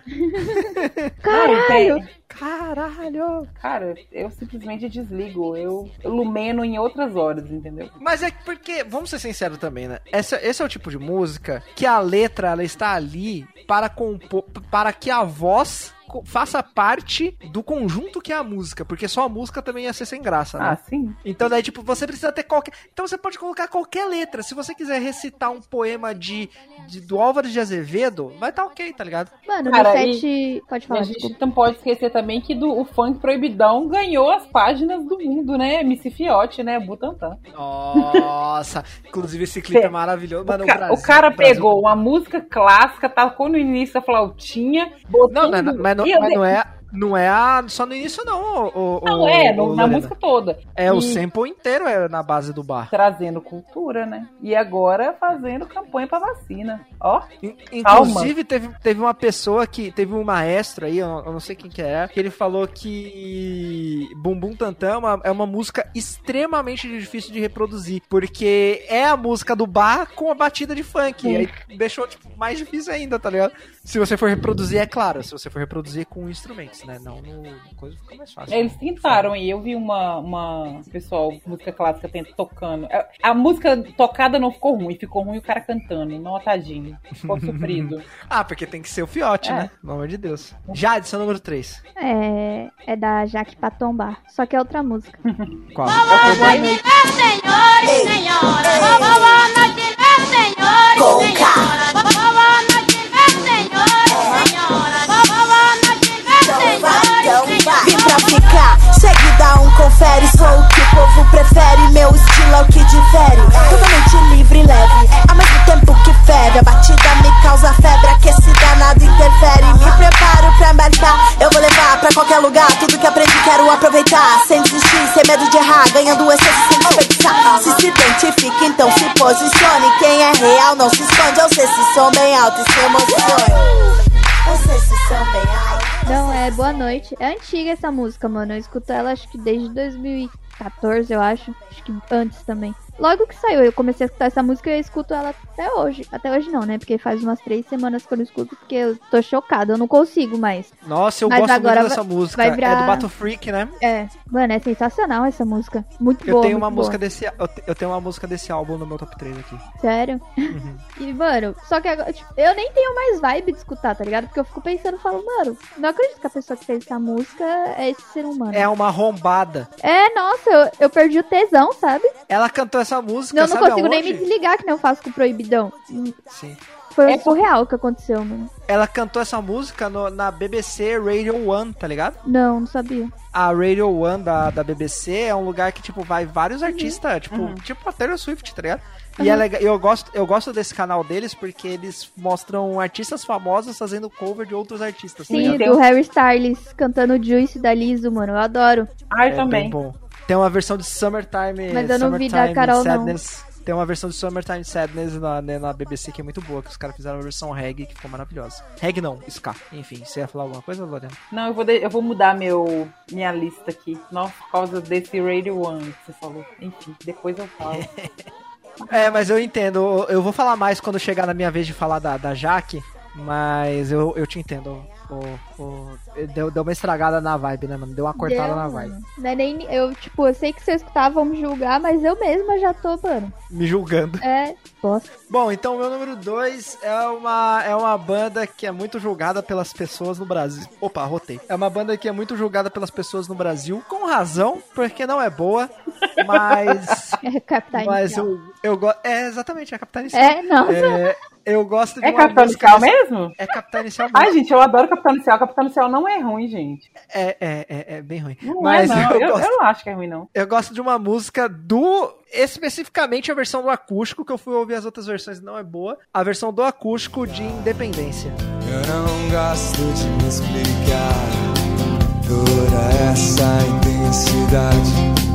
Caralho! Cara, eu simplesmente desligo. Eu lumeno em outras horas, entendeu? Mas é porque, vamos ser sinceros também, né? Esse é o tipo de música que a letra, ela está ali para compor, para que a voz faça parte do conjunto que é a música, porque só a música também ia ser sem graça, né? Sim. Então daí, tipo, você precisa ter então você pode colocar qualquer letra. Se você quiser recitar um poema do Álvaro de Azevedo, vai estar ok, tá ligado? Mano, no set... Pode falar, a gente não pode esquecer também que o funk proibidão ganhou as páginas do mundo, né? MC Fiote, né? Butantan. Nossa! Inclusive esse clipe é maravilhoso. Mano, o cara pegou uma música clássica, tacou no início a flautinha, botou... Não é só no início, não. Na música toda. O sample inteiro é na base do bar. Trazendo cultura, né? E agora fazendo campanha pra vacina. Ó. Inclusive, teve uma pessoa teve um maestro aí, eu não sei quem que é, que ele falou que Bumbum Tantã é uma música extremamente difícil de reproduzir, porque é a música do bar com a batida de funk. E aí deixou, tipo, mais difícil ainda, tá ligado? Se você for reproduzir, é claro, se você for reproduzir com instrumentos, né? Não no coisa fica mais fácil. Eles tentaram, e eu vi uma pessoal, música clássica tocando. A música tocada não ficou ruim, ficou ruim o cara cantando, não tadinho. Ficou sofrido. Porque tem que ser o Fiote, né? Pelo amor de Deus. Jade, seu número 3. É da Jaque Patombar, só que é outra música. Qual? Senhores, senhoras, vovó noite lá, sem desistir, sem medo de errar, ganhando essência sem desperdiçar. Se identifica, então se posicione. Quem é real não se esconde. Eu sei se som bem alto e se emocione. Eu sei se som bem alto. Não, é Boa Noite. É antiga essa música, mano. Eu escuto ela acho que desde 2014, eu acho. Acho que antes também. Logo que saiu, eu comecei a escutar essa música e eu escuto ela até hoje. Até hoje não, né? Porque faz umas 3 semanas que eu não escuto, porque eu tô chocada, eu não consigo mais. Nossa, eu Mas gosto agora muito dessa música. vai virar- É do Bato Freak, né? É, mano, é sensacional essa música. Muito Eu boa, tenho muito uma boa. música desse. Eu tenho uma música desse álbum no meu top 3 aqui. Sério? E, mano, só que agora, tipo, eu nem tenho mais vibe de escutar, tá ligado? Porque eu fico pensando, falo, mano, não acredito que a pessoa que fez essa música é esse ser humano. É uma arrombada. É, nossa, eu perdi o tesão, sabe? Ela cantou essa música, Eu não sabe consigo nem aonde? me desligar que nem eu faço com o Proibidão. Sim. Foi surreal o que aconteceu, mano. Ela cantou essa música na BBC Radio One, tá ligado? Não sabia. A Radio One da BBC é um lugar que, tipo, vai vários artistas, tipo a Taylor Swift, tá ligado? E é legal, eu gosto desse canal deles porque eles mostram artistas famosos fazendo cover de outros artistas, tá Sim, ligado? do Harry Styles cantando Juice da Lizzo, mano. Eu adoro. Ah, eu É também. bem bom. Tem uma versão de Summertime. Mas eu não vi da Summertime Carol, não. Sadness. Tem uma versão de Summertime Sadness na BBC que é muito boa, que os caras fizeram uma versão reggae que ficou maravilhosa. Reggae não, ska. Enfim, você ia falar alguma coisa, Lorena? Não, eu vou mudar minha lista aqui. Nossa, por causa desse Radio One que você falou. Enfim, depois eu falo. É, mas eu entendo. Eu vou falar mais quando chegar na minha vez de falar da Jaque, mas eu te entendo. Deu uma estragada na vibe, né, mano? Deu uma cortada na vibe. Mano. Não é nem, eu sei que se eu escutar vão me julgar, mas eu mesma já tô, mano. Me julgando. É, posso. Bom, então meu número 2 é uma banda que é muito julgada pelas pessoas no Brasil. Opa, rotei. É uma banda que é muito julgada pelas pessoas no Brasil, com razão, porque não é boa, mas... É Capital mas Inicial. eu gosto... É, exatamente, é a Capital Inicial. É, nossa. Eu gosto de É uma Capital música Inicial desse- mesmo? É Capital Inicial mesmo. Ai, gente, eu adoro Capital Inicial. Capital Inicial não é ruim, gente. É bem ruim. Não mas é, não. eu gosto. Eu não acho que é ruim, não. Eu gosto de uma música especificamente a versão do acústico, que eu fui ouvir as outras versões e não é boa. A versão do acústico de Independência. Eu não gosto de me explicar toda essa intensidade.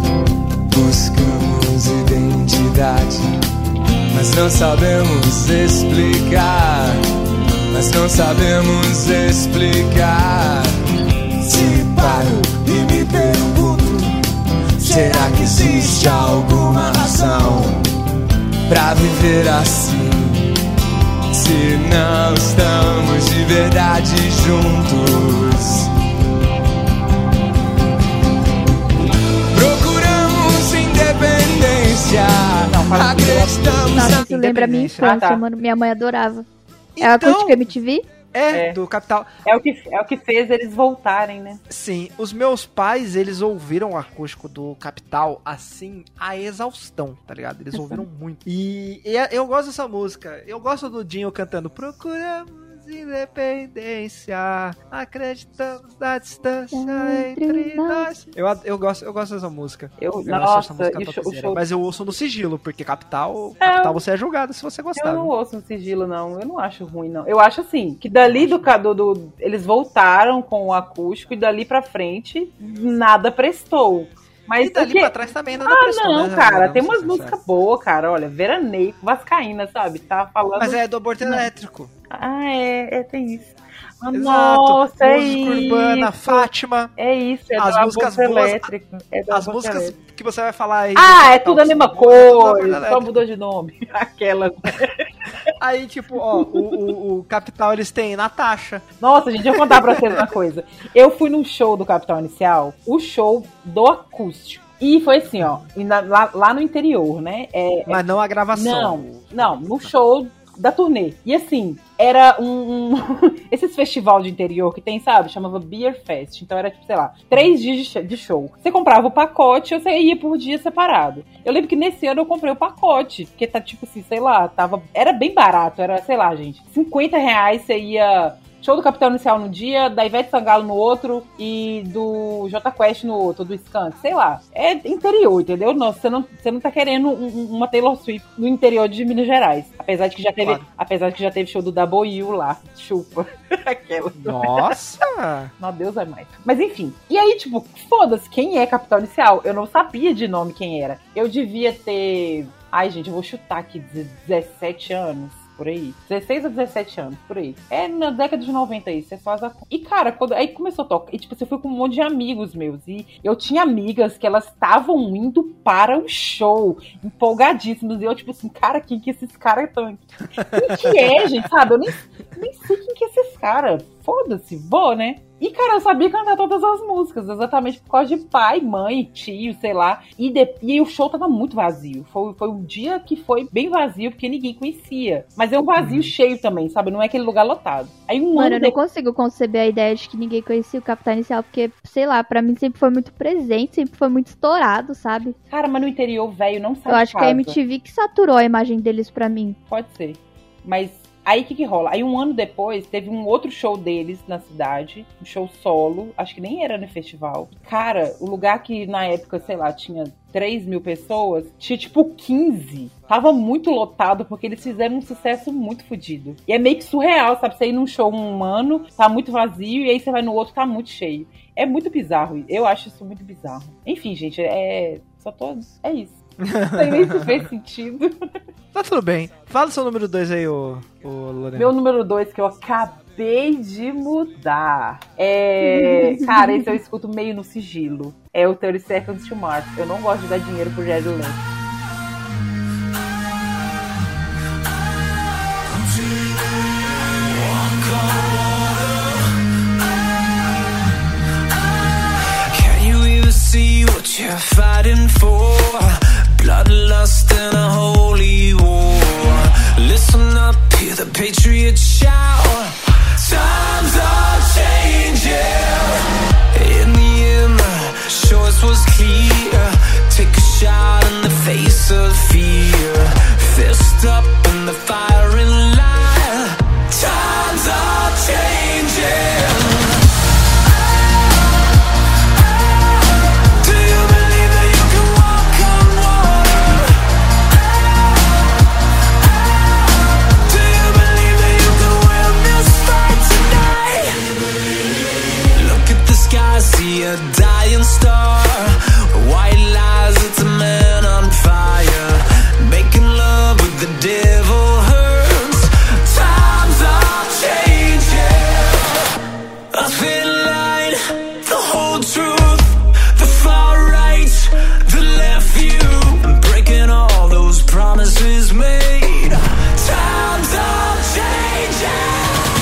Buscamos identidade, mas não sabemos explicar. Mas não sabemos explicar. Se paro e me pergunto, será que existe alguma razão pra viver assim? Se não estamos de verdade juntos, procuramos independência, acreditamos Nossa, isso lembra a minha Independência. infância, Ah, tá. mano. Minha mãe adorava. É a Então- Acústica MTV? É. Do Capital. É o que fez eles voltarem, né? Sim, os meus pais, eles ouviram o acústico do Capital, assim, a exaustão, tá ligado? Eles ouviram muito. E eu gosto dessa música. Eu gosto do Dinho cantando Procuramos independência, acreditamos na distância entre nós. Eu gosto dessa música. Eu acho Nossa, essa música e o topzera. show... Mas eu ouço no sigilo, porque Capital você é julgado se você gostar. Eu não viu? ouço no sigilo, não. Eu não acho ruim, não. Eu acho assim, que dali eles voltaram com o acústico e dali pra frente nada prestou. Mas E dali porque... pra trás também nada prestou, não, né, cara, Vamos tem ser umas sinceros. músicas boas, cara. Olha, Veraneio, Vascaína, sabe? Tá falando... Mas é do aborto elétrico. Ah, tem isso. Ah, Exato. nossa, é Música urbana, isso. Fátima. É isso, é As do músicas aborto boas- elétrico. É do As aborto músicas elétrico. que você vai falar aí. Ah, é do tudo a Capital, mesma são todas do aborto coisa, só elétrico. mudou de nome. Aquela. Aí, tipo, ó, o Capital, eles têm Natasha. Nossa, gente, deixa eu contar pra vocês uma coisa. Eu fui num show do Capital Inicial, o show do acústico. E foi assim, ó, lá no interior, né? Mas não a gravação. Não, no show da turnê. E assim, era esses festival de interior que tem, sabe? Chamava Beer Fest. Então era, tipo, sei lá, 3 dias de show. Você comprava o pacote ou você ia por dia separado. Eu lembro que nesse ano eu comprei o pacote, porque tá, tipo assim, sei lá, era bem barato. Era, sei lá, gente, R$50 você ia show do Capital Inicial no dia, da Ivete Sangalo no outro e do Jota Quest no outro, do Skank, sei lá. É interior, entendeu? Nossa, você não tá querendo uma Taylor Swift no interior de Minas Gerais. Apesar de que já teve show do W lá. Chupa. Aquela. Nossa! Meu Deus, é mais. Mas enfim. E aí, tipo, foda-se, quem é Capital Inicial? Eu não sabia de nome quem era. Eu devia ter... Ai, gente, eu vou chutar aqui, 17 anos. Por aí. 16 a 17 anos, por aí. É na década de 90 aí, você faz a... E, cara, aí começou a tocar. E, tipo, você foi com um monte de amigos meus. E eu tinha amigas que elas estavam indo para o show, empolgadíssimas. E eu, tipo assim, cara, quem que esses caras estão... Quem que é, gente, sabe? Eu nem sei quem que é esses caras. Foda-se, vou, né? E, cara, eu sabia cantar todas as músicas, exatamente por causa de pai, mãe, tio, sei lá. E o show tava muito vazio. Foi um dia que foi bem vazio, porque ninguém conhecia. Mas é um vazio cheio também, sabe? Não é aquele lugar lotado. Aí Mano, eu não consigo conceber a ideia de que ninguém conhecia o Capital Inicial, porque, sei lá, pra mim sempre foi muito presente, sempre foi muito estourado, sabe? Cara, mas no interior, velho, não sabe. Eu acho que a MTV que saturou a imagem deles pra mim. Pode ser. Mas... Aí o que rola? Aí um ano depois teve um outro show deles na cidade, um show solo, acho que nem era no festival. Cara, o lugar que na época, sei lá, tinha 3.000 pessoas, tinha tipo 15. Tava muito lotado porque eles fizeram um sucesso muito fodido. E é meio que surreal, sabe? Você ir num show um ano, tá muito vazio, e aí você vai no outro, tá muito cheio. É muito bizarro, eu acho isso muito bizarro. Enfim, gente, é isso. Não sei nem se fez sentido. Tá tudo bem. Fala o seu número 2 aí, ô Lorena. Meu número 2, que eu acabei de mudar. Cara, esse eu escuto meio no sigilo. É o 30 Seconds to Mars. Eu não gosto de dar dinheiro pro Jared Leto. Can you even see what you're fighting for? Bloodlust and a holy war. Listen up, hear the patriots shout. Times are changing. In the end, the choice was clear. Take a shot in the face of fear. Fist up in the firing line. Times are changing. See a dying star, white lies, it's a man on fire. Making love with the devil hurts. Times are changing. A thin line, the whole truth, the far right, the left view, breaking all those promises made. Times are changing.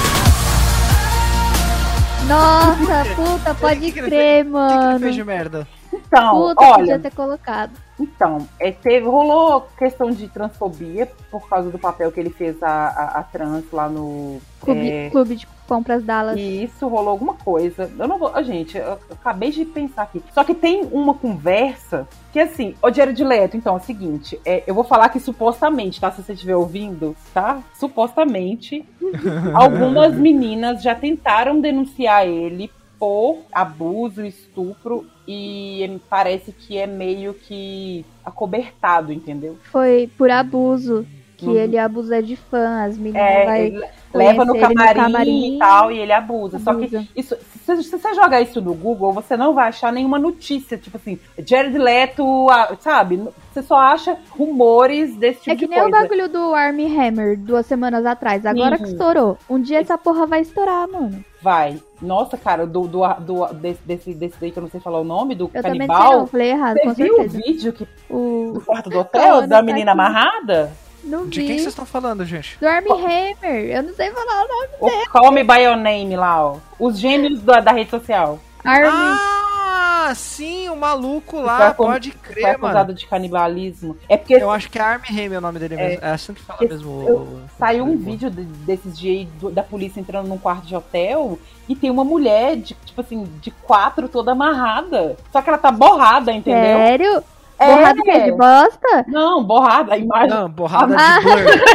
Nossa, puta, pode crer, mano. O que ele fez de merda? Então, Puta, olha, podia ter colocado. Então, rolou questão de transfobia por causa do papel que ele fez a trans lá no... Clube de Compras Dallas. E isso, rolou alguma coisa. Eu não vou... Gente, eu acabei de pensar aqui. Só que tem uma conversa que, assim... Ô, Jared Leto, então, é o seguinte. Eu vou falar que supostamente, tá? Se você estiver ouvindo, tá? Supostamente, algumas meninas já tentaram denunciar ele por abuso, estupro, e parece que é meio que acobertado, entendeu? Foi por abuso, que ele abusa de fã, as meninas leva no camarim e tal, e ele abusa. Só que isso, se você jogar isso no Google, você não vai achar nenhuma notícia, tipo assim, Jared Leto, sabe? Você só acha rumores desse tipo de coisa. É que nem o bagulho do Armie Hammer 2 semanas atrás, agora que estourou. Um dia essa porra vai estourar, mano. Vai. Nossa, cara, desse daí que eu não sei falar o nome, do eu canibal. Também sei, não, falei errado, você com viu certeza. O vídeo do quarto do hotel, da menina amarrada? Não De vi. quem vocês estão falando, gente? Do Armie Hammer. Eu não sei falar o nome dele. O Call Me By Your Name lá, ó. Os gêmeos da rede social. Armie. Ah, sim, o maluco lá, pode crer, foi acusado mano. de canibalismo. É porque eu acho que é Armie Hammer o nome dele mesmo. É assim que fala mesmo. Saiu um vídeo desses dias aí da polícia entrando num quarto de hotel e tem uma mulher, tipo assim, de 4 toda amarrada. Só que ela tá borrada, entendeu? Sério? Borrada o quê? De bosta? Não, borrada, a imagem. Não, borrada de blur.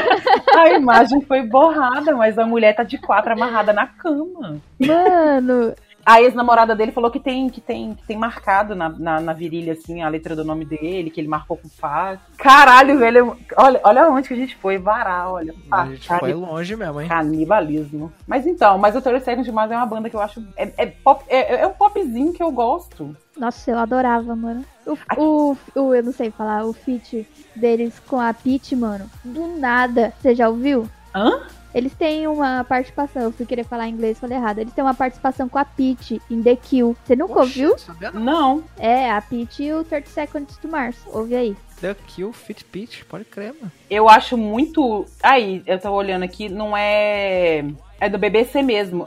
A imagem foi borrada, mas a mulher tá de 4 amarrada na cama. Mano, A ex-namorada dele falou que tem marcado na virilha, assim, a letra do nome dele, que ele marcou com faca. Caralho, velho. Olha onde que a gente foi varar, olha. A gente foi longe mesmo, hein? Canibalismo. Mas o 30 Seconds to Mars é uma banda que eu acho... É um popzinho que eu gosto. nossa, eu adorava, mano. Eu não sei falar, o feat deles com a Peach, mano. Do nada. Você já ouviu? Hã? Eles têm uma participação, eu fui querer falar em inglês, falei errado. Eles têm uma participação com a Peach em The Kill. Você nunca ouviu? Sabia não. Não. É, a Peach e o 30 Seconds to Mars. Ouve aí. The Kill, Fit Peach, pode crer, mano. Eu acho muito... Aí, eu tava olhando aqui, não é... É do BBC mesmo.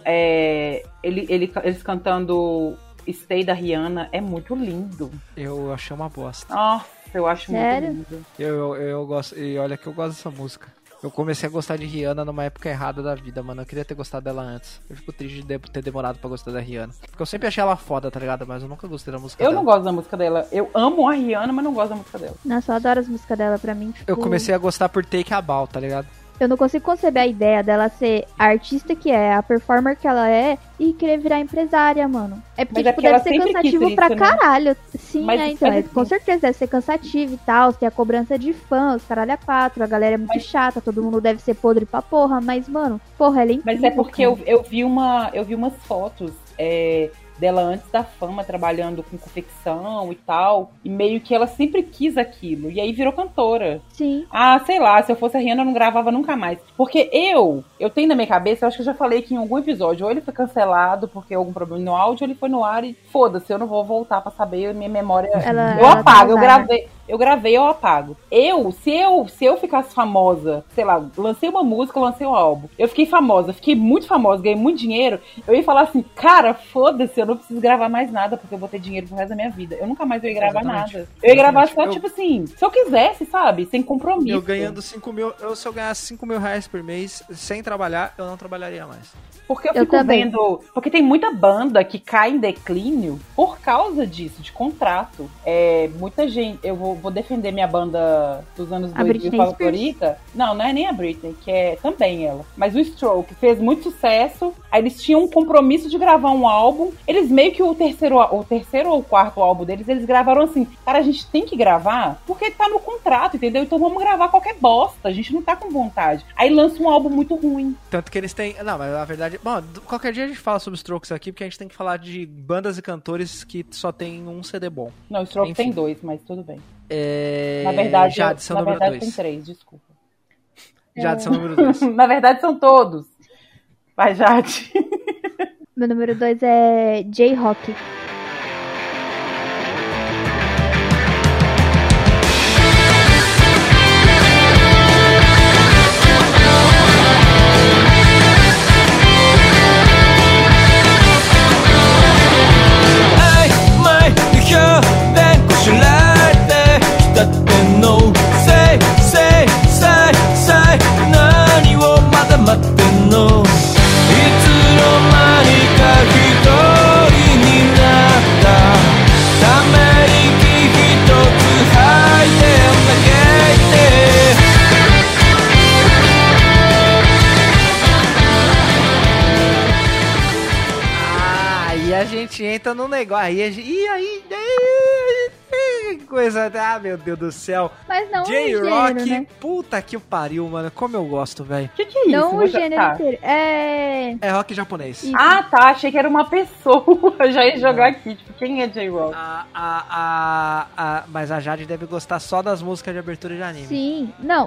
Eles cantando Stay da Rihanna. É muito lindo. Eu achei uma bosta. Nossa, eu acho Sério? muito lindo. Eu gosto, e olha que eu gosto dessa música. Eu comecei a gostar de Rihanna numa época errada da vida, mano. Eu queria ter gostado dela antes. Eu fico triste de ter demorado pra gostar da Rihanna. Porque eu sempre achei ela foda, tá ligado? Mas eu nunca gostei da música Eu dela. não gosto da música dela. Eu amo a Rihanna, mas não gosto da música dela. Nossa, eu adoro as músicas dela pra mim. Tipo, Eu comecei a gostar por Take a Bow, tá ligado? eu não consigo conceber a ideia dela ser a artista que é, a performer que ela é e querer virar empresária, mano. É porque, Mas é tipo, porque ela deve ser sempre cansativo quis pra isso, né? caralho. Sim, Mas- né? Então, mas com assim- certeza deve ser cansativo e tal. Tem a cobrança de fãs, caralho a 4, a galera é muito Mas- chata, todo mundo deve ser podre pra porra. Mas, mano, porra, ela é incrível. Mas é porque cara. eu vi umas fotos dela antes da fama, trabalhando com confecção e tal. E meio que ela sempre quis aquilo. E aí virou cantora. Sim. Ah, sei lá, se eu fosse a Rihanna, eu não gravava nunca mais. Porque eu tenho na minha cabeça, eu acho que eu já falei aqui em algum episódio, ou ele foi cancelado porque algum problema no áudio, ou ele foi no ar e foda-se, eu não vou voltar pra saber, minha memória... eu ela apago, tá azar, eu gravei, eu apago. Se eu ficasse famosa, sei lá, lancei uma música, lancei um álbum, eu fiquei famosa, fiquei muito famosa, ganhei muito dinheiro, eu ia falar assim, cara, foda-se, eu não preciso gravar mais nada, porque eu vou ter dinheiro pro resto da minha vida. Eu nunca mais ia gravar Exatamente. nada. Eu ia gravar só, Eu- tipo assim, se eu quisesse, sabe? Sem compromisso. Eu ganhando 5 mil, se eu ganhasse 5 mil reais por mês sem trabalhar, eu não trabalharia mais. Porque eu Eu fico também. vendo. Porque tem muita banda que cai em declínio por causa disso, de contrato. Muita gente. Eu vou defender minha banda dos anos A 2000 Britney favorita. Não é nem a Britney, que é também ela. Mas o Stroke fez muito sucesso. Aí eles tinham um compromisso de gravar um álbum. Eles meio que o terceiro ou o quarto álbum deles, eles gravaram assim: cara, a gente tem que gravar porque tá no contrato, entendeu? Então vamos gravar qualquer bosta. A gente não tá com vontade. Aí lança um álbum muito ruim. Tanto que eles têm... Não, mas a verdade... Bom, qualquer dia a gente fala sobre Strokes aqui, porque a gente tem que falar de bandas e cantores que só tem um CD bom. Não, o Stroke Enfim. tem 2, mas tudo bem. É... Na verdade, Jadson, na número verdade 2. tem 3, desculpa. Jadson, número 2. Na verdade são todos. Vai, Jade. Meu número 2 é J-Rock. Aí a gente entra no negócio. Aí coisa. Ah, meu Deus do céu. Mas não um J-Rock, gênero, né? puta que o pariu, mano. Como eu gosto, velho. O que é isso? Não o Vou já- gênero tá. inteiro. É... É rock japonês. Isso. Ah, tá. Achei que era uma pessoa. Eu já ia jogar aqui. Tipo, quem é J-Rock? Mas a Jade deve gostar só das músicas de abertura de anime. Sim. Não,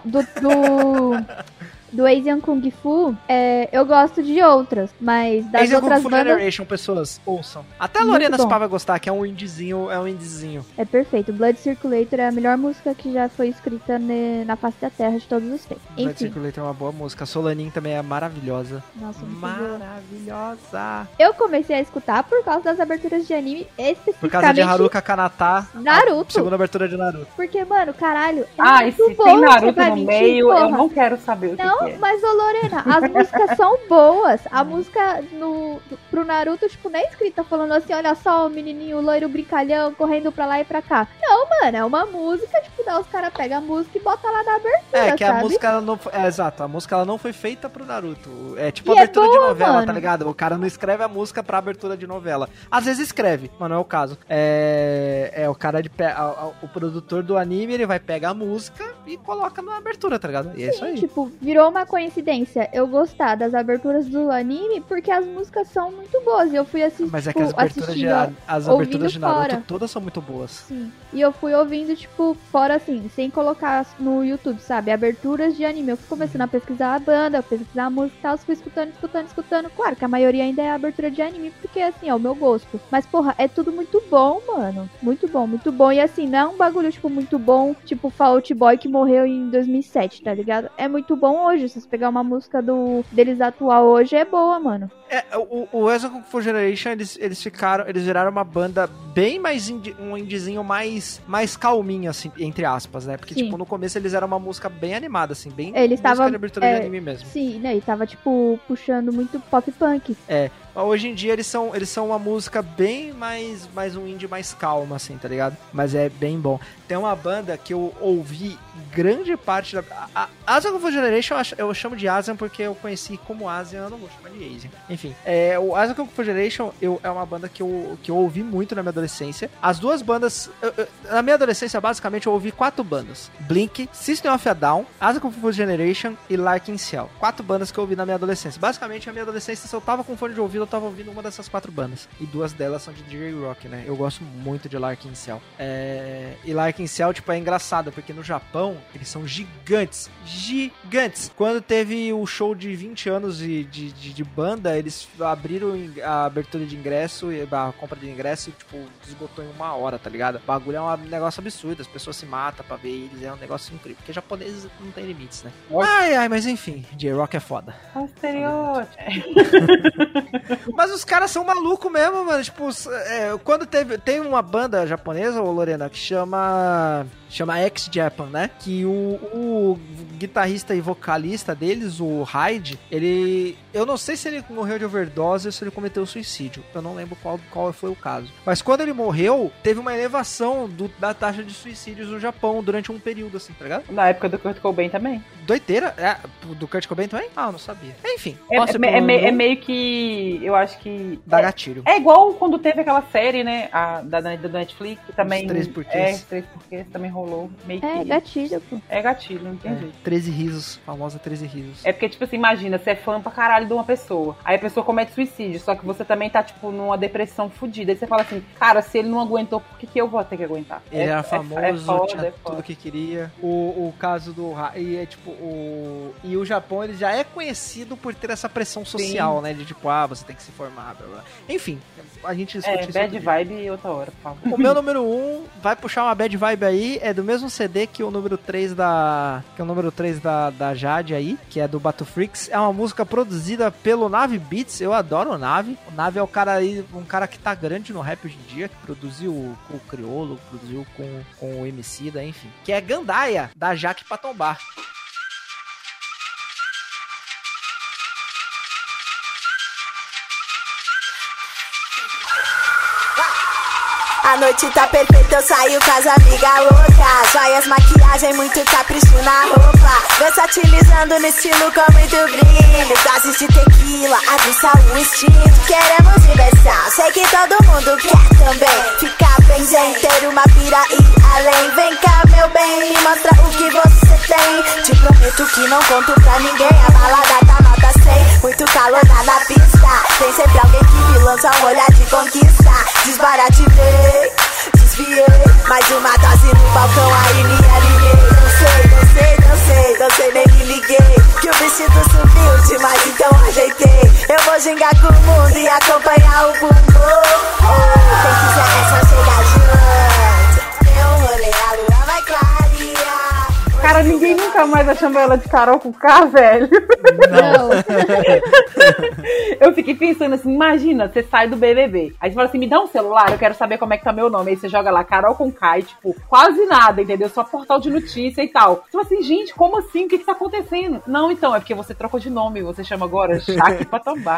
do Asian Kung Fu, eu gosto de outras, mas das Asian Kung outras Fu bandas Generation, pessoas, ouçam. Até a Muito Lorena bom. Spa vai gostar, que é um indizinho, é perfeito. Blood Circulator é a melhor música que já foi escrita na face da Terra de todos os tempos. Blood Enfim, Circulator é uma boa música. Solanin também é maravilhosa. nossa, muito boa. Maravilhosa. Eu comecei a escutar por causa das aberturas de anime, especificamente Por causa de Haruka Kanata. Naruto. Segunda abertura de Naruto. Porque, mano, caralho, é Ah, e muito se bom, tem você Naruto vai no mentir, meio, eu porra. não quero saber o que Não, é. mas ô Lorena, as músicas são boas. A música pro Naruto, tipo, não é escrita falando assim, olha só o menininho loiro brincalhão correndo pra lá e pra cá. Não, mano, é uma música, tipo, daí os caras pegam a música e botam lá na abertura, que sabe? a música ela não foi, exato, a música ela não foi feita pro Naruto. É tipo E abertura de boa, novela, mano. tá ligado? O cara não escreve a música pra abertura de novela. Às vezes escreve, mas não é o caso. O cara o produtor do anime, ele vai pegar a música e coloca na abertura, tá ligado? E é isso aí. Tipo, virou uma coincidência eu gostar das aberturas do anime porque as músicas são muito boas. E eu fui assistir, Mas é que tipo, as aberturas de Naruto fora. todas são muito boas. Sim. E eu fui ouvindo, tipo, fora assim, sem colocar no YouTube, sabe? Aberturas de anime. Eu fui começando a pesquisar a banda, pesquisar a música e tal, fui escutando. Claro que a maioria ainda é abertura de anime, porque assim, é o meu gosto. Mas, porra, é tudo muito bom, mano. Muito bom, muito bom. E assim, não é um bagulho, tipo, muito bom, tipo Fall Out Boy que morreu em 2007, tá ligado? É muito bom hoje. Se você pegar uma música deles atual hoje, é boa, mano. O As a Kung Fu Generation, eles viraram uma banda bem mais um indiezinho mais calminho, assim, entre aspas, né? Porque, Sim. tipo, no começo eles eram uma música bem animada, assim, bem Eles música estavam de abertura de anime mesmo. Sim, né? E tava, tipo, puxando muito pop punk. Hoje em dia eles são uma música bem mais um indie mais calma, assim, tá ligado? Mas é bem bom. Tem uma banda que eu ouvi grande parte da... A Asian Kung Fu Generation eu chamo de Asian porque eu conheci como Asian, eu não vou chamar de Asian. Enfim, o Asian Kung Fu Generation é uma banda que eu ouvi muito na minha adolescência. As duas bandas... na minha adolescência, basicamente, eu ouvi 4 bandas. Blink, System of a Down, Asian Kung Fu Generation e Larkin Ciel. 4 bandas que eu ouvi na minha adolescência. Basicamente, a minha adolescência, se eu tava com fone de ouvido, eu tava ouvindo uma dessas 4 bandas. E 2 delas são de DJ Rock, né? Eu gosto muito de Larkin Ciel. E Larkin Ciel, tipo, é engraçado, porque no Japão, eles são gigantes. Gigantes! Quando teve o show de 20 anos de banda, eles abriram a abertura de ingresso, a compra de ingresso, e, tipo, esgotou em 1 hora, tá ligado? O bagulho é um negócio absurdo, as pessoas se matam pra ver eles, é um negócio incrível. Porque japoneses não tem limites, né? Ai, mas enfim, J-Rock é foda. É um estereótipo. Mas os caras são malucos mesmo, mano. Tipo, quando tem uma banda japonesa, ô Lorena, que chama X-Japan, né? Que o guitarrista e vocalista deles, o Hyde, eu não sei se ele morreu de overdose ou se ele cometeu suicídio. Eu não lembro qual foi o caso. Mas quando ele morreu, teve uma elevação da taxa de suicídios no Japão durante um período, assim, tá ligado? Na época do Kurt Cobain também. Doideira? Do Kurt Cobain também? Ah, eu não sabia. Enfim. É meio que... Eu acho que... Dá gatilho. É igual quando teve aquela série, né? Da Netflix, que também... Os 3 porquês. 3 porquês também rolou. Meio que... gatilho, pô. É gatilho, não tem jeito. 13 risos. Famosa 13 risos. É porque, tipo assim, imagina, você é fã pra caralho de uma pessoa. Aí a pessoa comete suicídio, só que você também tá, tipo, numa depressão fodida. Aí você fala assim, cara, se ele não aguentou, por que eu vou ter que aguentar? Ele era famoso, foda, tinha tudo que queria. O caso do... E tipo, E o Japão, ele já é conhecido por ter essa pressão social, né? De tipo, você tem que se formar, blá, blá. Enfim, a gente discute isso. Bad vibe outra hora, por favor. O meu número 1 vai puxar uma bad vibe aí, é do mesmo CD que o número 3 da Jade aí, que é do Bato Freaks. É uma música produzida pelo Nave Beats. Eu adoro o Nave. O Nave é um cara que tá grande no rap hoje em dia, que produziu com o Criolo, produziu com o Emicida, enfim. Que é Gandaia, da Jaque Patombar. A noite tá perfeita, eu saio com as amigas loucas. Joias, maquiagem, muito capricho na roupa. Versatilizando no estilo com muito brilho. Doses de tequila, aguça o instinto. Queremos diversão, sei que todo mundo quer também. Ficar bem ter uma pira e além. Vem cá, meu bem, me mostra o que você tem. Te prometo que não conto pra ninguém. A balada tá nota 100, muito calor na pista. Tem sempre alguém que me lança um olhar de conquista. Desbarativei, desviei, mais uma dose no balcão, aí me alinhei. Dancei, nem me liguei. Que o vestido subiu demais, então ajeitei. Eu vou gingar com o mundo e acompanhar o bumbum. Quem quiser é só chegar junto. Meu rolê, a lua vai clarear. Cara, ninguém nunca mais vai chamar ela de Carol com K, velho. Não. Eu fiquei pensando assim, imagina, você sai do BBB. Aí você fala assim, me dá um celular, eu quero saber como é que tá meu nome. Aí você joga lá, Carol Conká, e, tipo, quase nada, entendeu? Só portal de notícia e tal. Você fala assim, gente, como assim? O que tá acontecendo? Não, então, é porque você trocou de nome, você chama agora Jaque Patombá.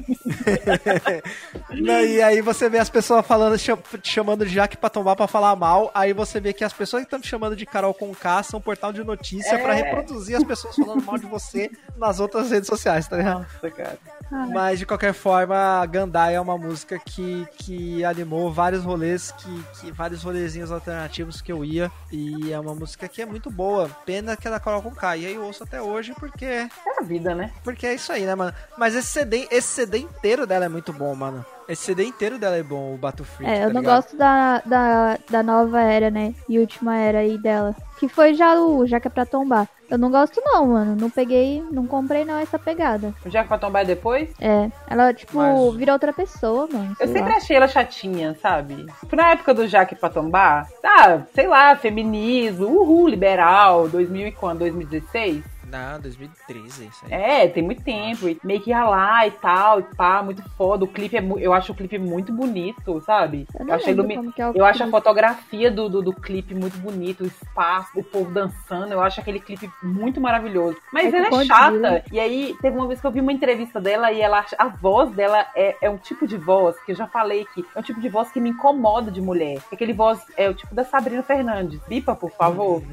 E aí você vê as pessoas falando, te chamando de Jaque Patombá pra falar mal, aí você vê que as pessoas que estão te chamando de Carol Conká são um portal de notícia pra reproduzir as pessoas falando mal de você nas outras redes sociais, tá ligado? Nossa, cara. Mas, de qualquer forma, Gandai é uma música que animou vários rolês, vários rolezinhos alternativos que eu ia. E é uma música que é muito boa. Pena que é da Carol Conká. E aí eu ouço até hoje porque... É a vida, né? Porque é isso aí, né, mano? Mas esse CD inteiro dela é muito bom, mano. Esse CD inteiro dela é bom, o Batu Freak, eu não gosto da nova era, né? E última era aí dela. Que foi já que é pra tombar. Eu não gosto não, mano. Não peguei, não comprei não essa pegada. O Jaque Patombá é depois? É. Ela, tipo, vira outra pessoa, mano. Eu sempre achei ela chatinha, sabe? Na época do Jaque Patombá, sei lá, feminismo, liberal, 2000 e quando? 2016? Não, 2013, isso aí. É, tem muito tempo. E meio que ralar e tal, e pá, muito foda. O clipe eu acho o clipe muito bonito, sabe? Eu acho a fotografia do clipe muito bonito, o espaço, o povo dançando. Eu acho aquele clipe muito maravilhoso. Mas ela é chata. E aí, teve uma vez que eu vi uma entrevista dela e a voz dela é um tipo de voz, que eu já falei que é um tipo de voz que me incomoda de mulher. Aquele voz é o tipo da Sabrina Fernandes. Bipa, por favor.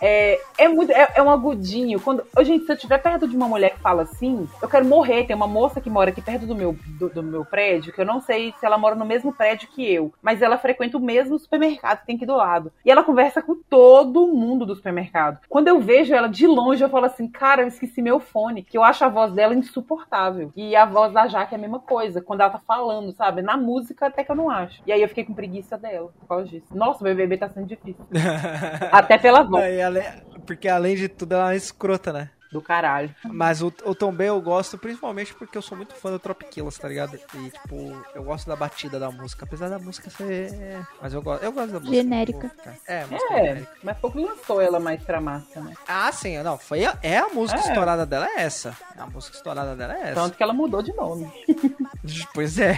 É um agudinho. Gente, se eu estiver perto de uma mulher que fala assim, eu quero morrer. Tem uma moça que mora aqui perto do meu prédio, que eu não sei se ela mora no mesmo prédio que eu, mas ela frequenta o mesmo supermercado que tem aqui do lado. E ela conversa com todo mundo do supermercado. Quando eu vejo ela de longe, eu falo assim, cara, eu esqueci meu fone, que eu acho a voz dela insuportável. E a voz da Jaque é a mesma coisa, quando ela tá falando, sabe? Na música até que eu não acho. E aí eu fiquei com preguiça dela, por causa disso. Nossa, o BBB tá sendo difícil. Até pela voz. Porque além de tudo, ela é escrota, né? Do caralho. Mas o Tom B eu gosto principalmente porque eu sou muito fã do Tropickilas, tá ligado? E, tipo, eu gosto da batida da música. Apesar da música ser... Mas eu gosto da música. Genérica. Música genérica. Mas pouco lançou ela mais pra massa, né? Ah, sim. Não, a música estourada dela é essa. A música estourada dela é essa. Tanto que ela mudou de nome. Pois é.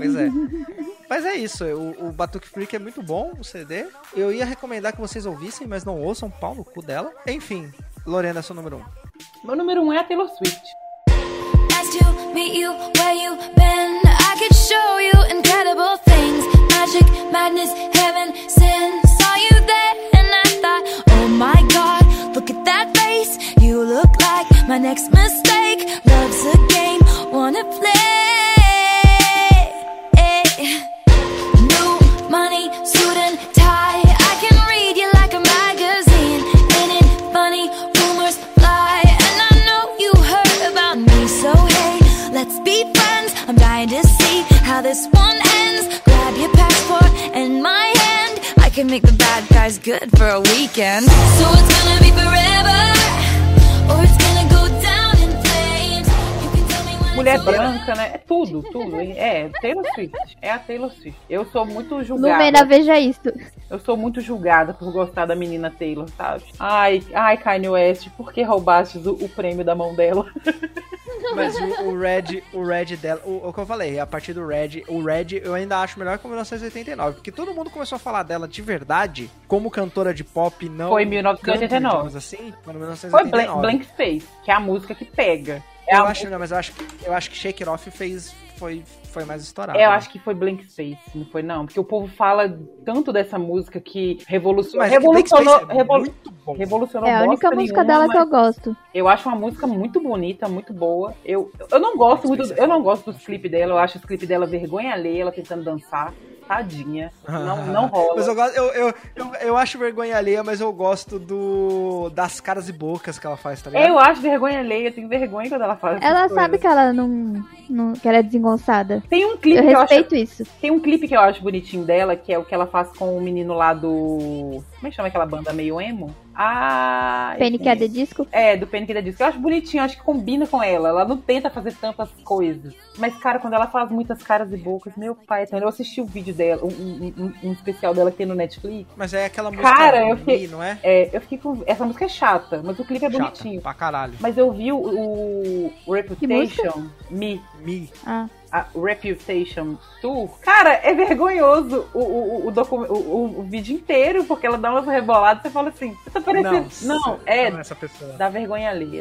Mas é isso. O Batuque Freak é muito bom, o CD. Eu ia recomendar que vocês ouvissem, mas não ouçam, pau no cu dela. Enfim, Lorena, seu número 1. Meu número 1 é a Taylor Swift. Nice to meet you, where you been? I could show you incredible things. Magic, madness, heaven, sin. Saw you there and I thought, oh my God, look at that face. You look like my next mistake. Love's a game, wanna play. New money, suit and tie. I can read you like a magazine. Ain't it funny? Rumors fly, and I know you heard about me. So hey, let's be friends. I'm dying to see how this one ends. Grab your passport and my hand. I can make the bad guys good for a weekend. So it's gonna be forever, or it's gonna go down in flames. You can tell me when. Mulher branca, né? É tudo. É Taylor Swift. É a Taylor Swift. Eu sou muito julgada. Lumena, veja isso. Eu sou muito julgada por gostar da menina Taylor, sabe? Ai, Kanye West, por que roubaste o prêmio da mão dela? Mas o Red dela, o que eu falei, a partir do Red, o Red eu ainda acho melhor que o 1989, porque todo mundo começou a falar dela de verdade, como cantora de pop, não... Foi em 1989. Country, assim, foi em 1989. Foi Blank Space, que é a música que pega. Eu acho que Shake It Off foi mais estourado. Eu acho que foi Blank Space, não foi não? Porque o povo fala tanto dessa música que revolucionou. Revolucionou. É a única música dela que eu gosto. Eu acho uma música muito bonita, muito boa. Eu não gosto muito, eu não gosto dos clipes dela. Eu acho os clipes dela vergonha alheia, ela tentando dançar. Tadinha. Não rola. Mas eu acho vergonha alheia, mas eu gosto das caras e bocas que ela faz, tá ligado? Eu acho vergonha alheia, eu tenho vergonha quando ela faz. Ela sabe que ela que ela é desengonçada. Tem um clipe eu respeito isso. Tem um clipe que eu acho bonitinho dela, que é o que ela faz com o menino lá do... Como é que chama aquela banda meio emo? Panic! At the Disco? É, do Panic! At the Disco. Eu acho bonitinho, acho que combina com ela. Ela não tenta fazer tantas coisas. Mas, cara, quando ela faz muitas caras e bocas, meu pai, então eu assisti o vídeo dela, um especial dela que tem no Netflix. Mas é aquela música Cara, eu fiquei, não é? Eu fiquei com... Essa música é chata, mas o clipe é bonitinho. Pra caralho. Mas eu vi o Reputation, Me. A Reputation Tour. Cara, é vergonhoso o vídeo inteiro, porque ela dá umas reboladas e você fala assim, você tá parecendo... Não, é essa pessoa. da vergonha alheia,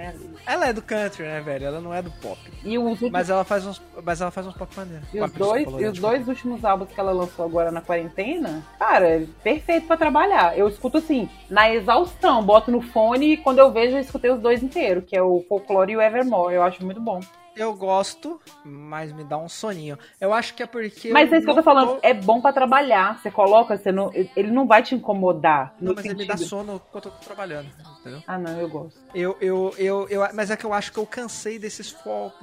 Ela é do country, né, velho? Ela não é do pop. E os últimos... Mas ela faz uns pop maneiros. E os dois últimos álbuns que ela lançou agora na quarentena, cara, é perfeito pra trabalhar. Eu escuto assim, na exaustão, boto no fone e quando eu vejo, eu escutei os dois inteiros, que é o Folklore e o Evermore. Eu acho muito bom. Eu gosto, mas me dá um soninho. Eu acho que é porque... Mas é isso que eu tô falando, é bom pra trabalhar. Você coloca, ele não vai te incomodar. Não, mas ele me dá sono quando eu tô trabalhando, entendeu? Ah, não, eu gosto. Mas é que eu acho que eu cansei desses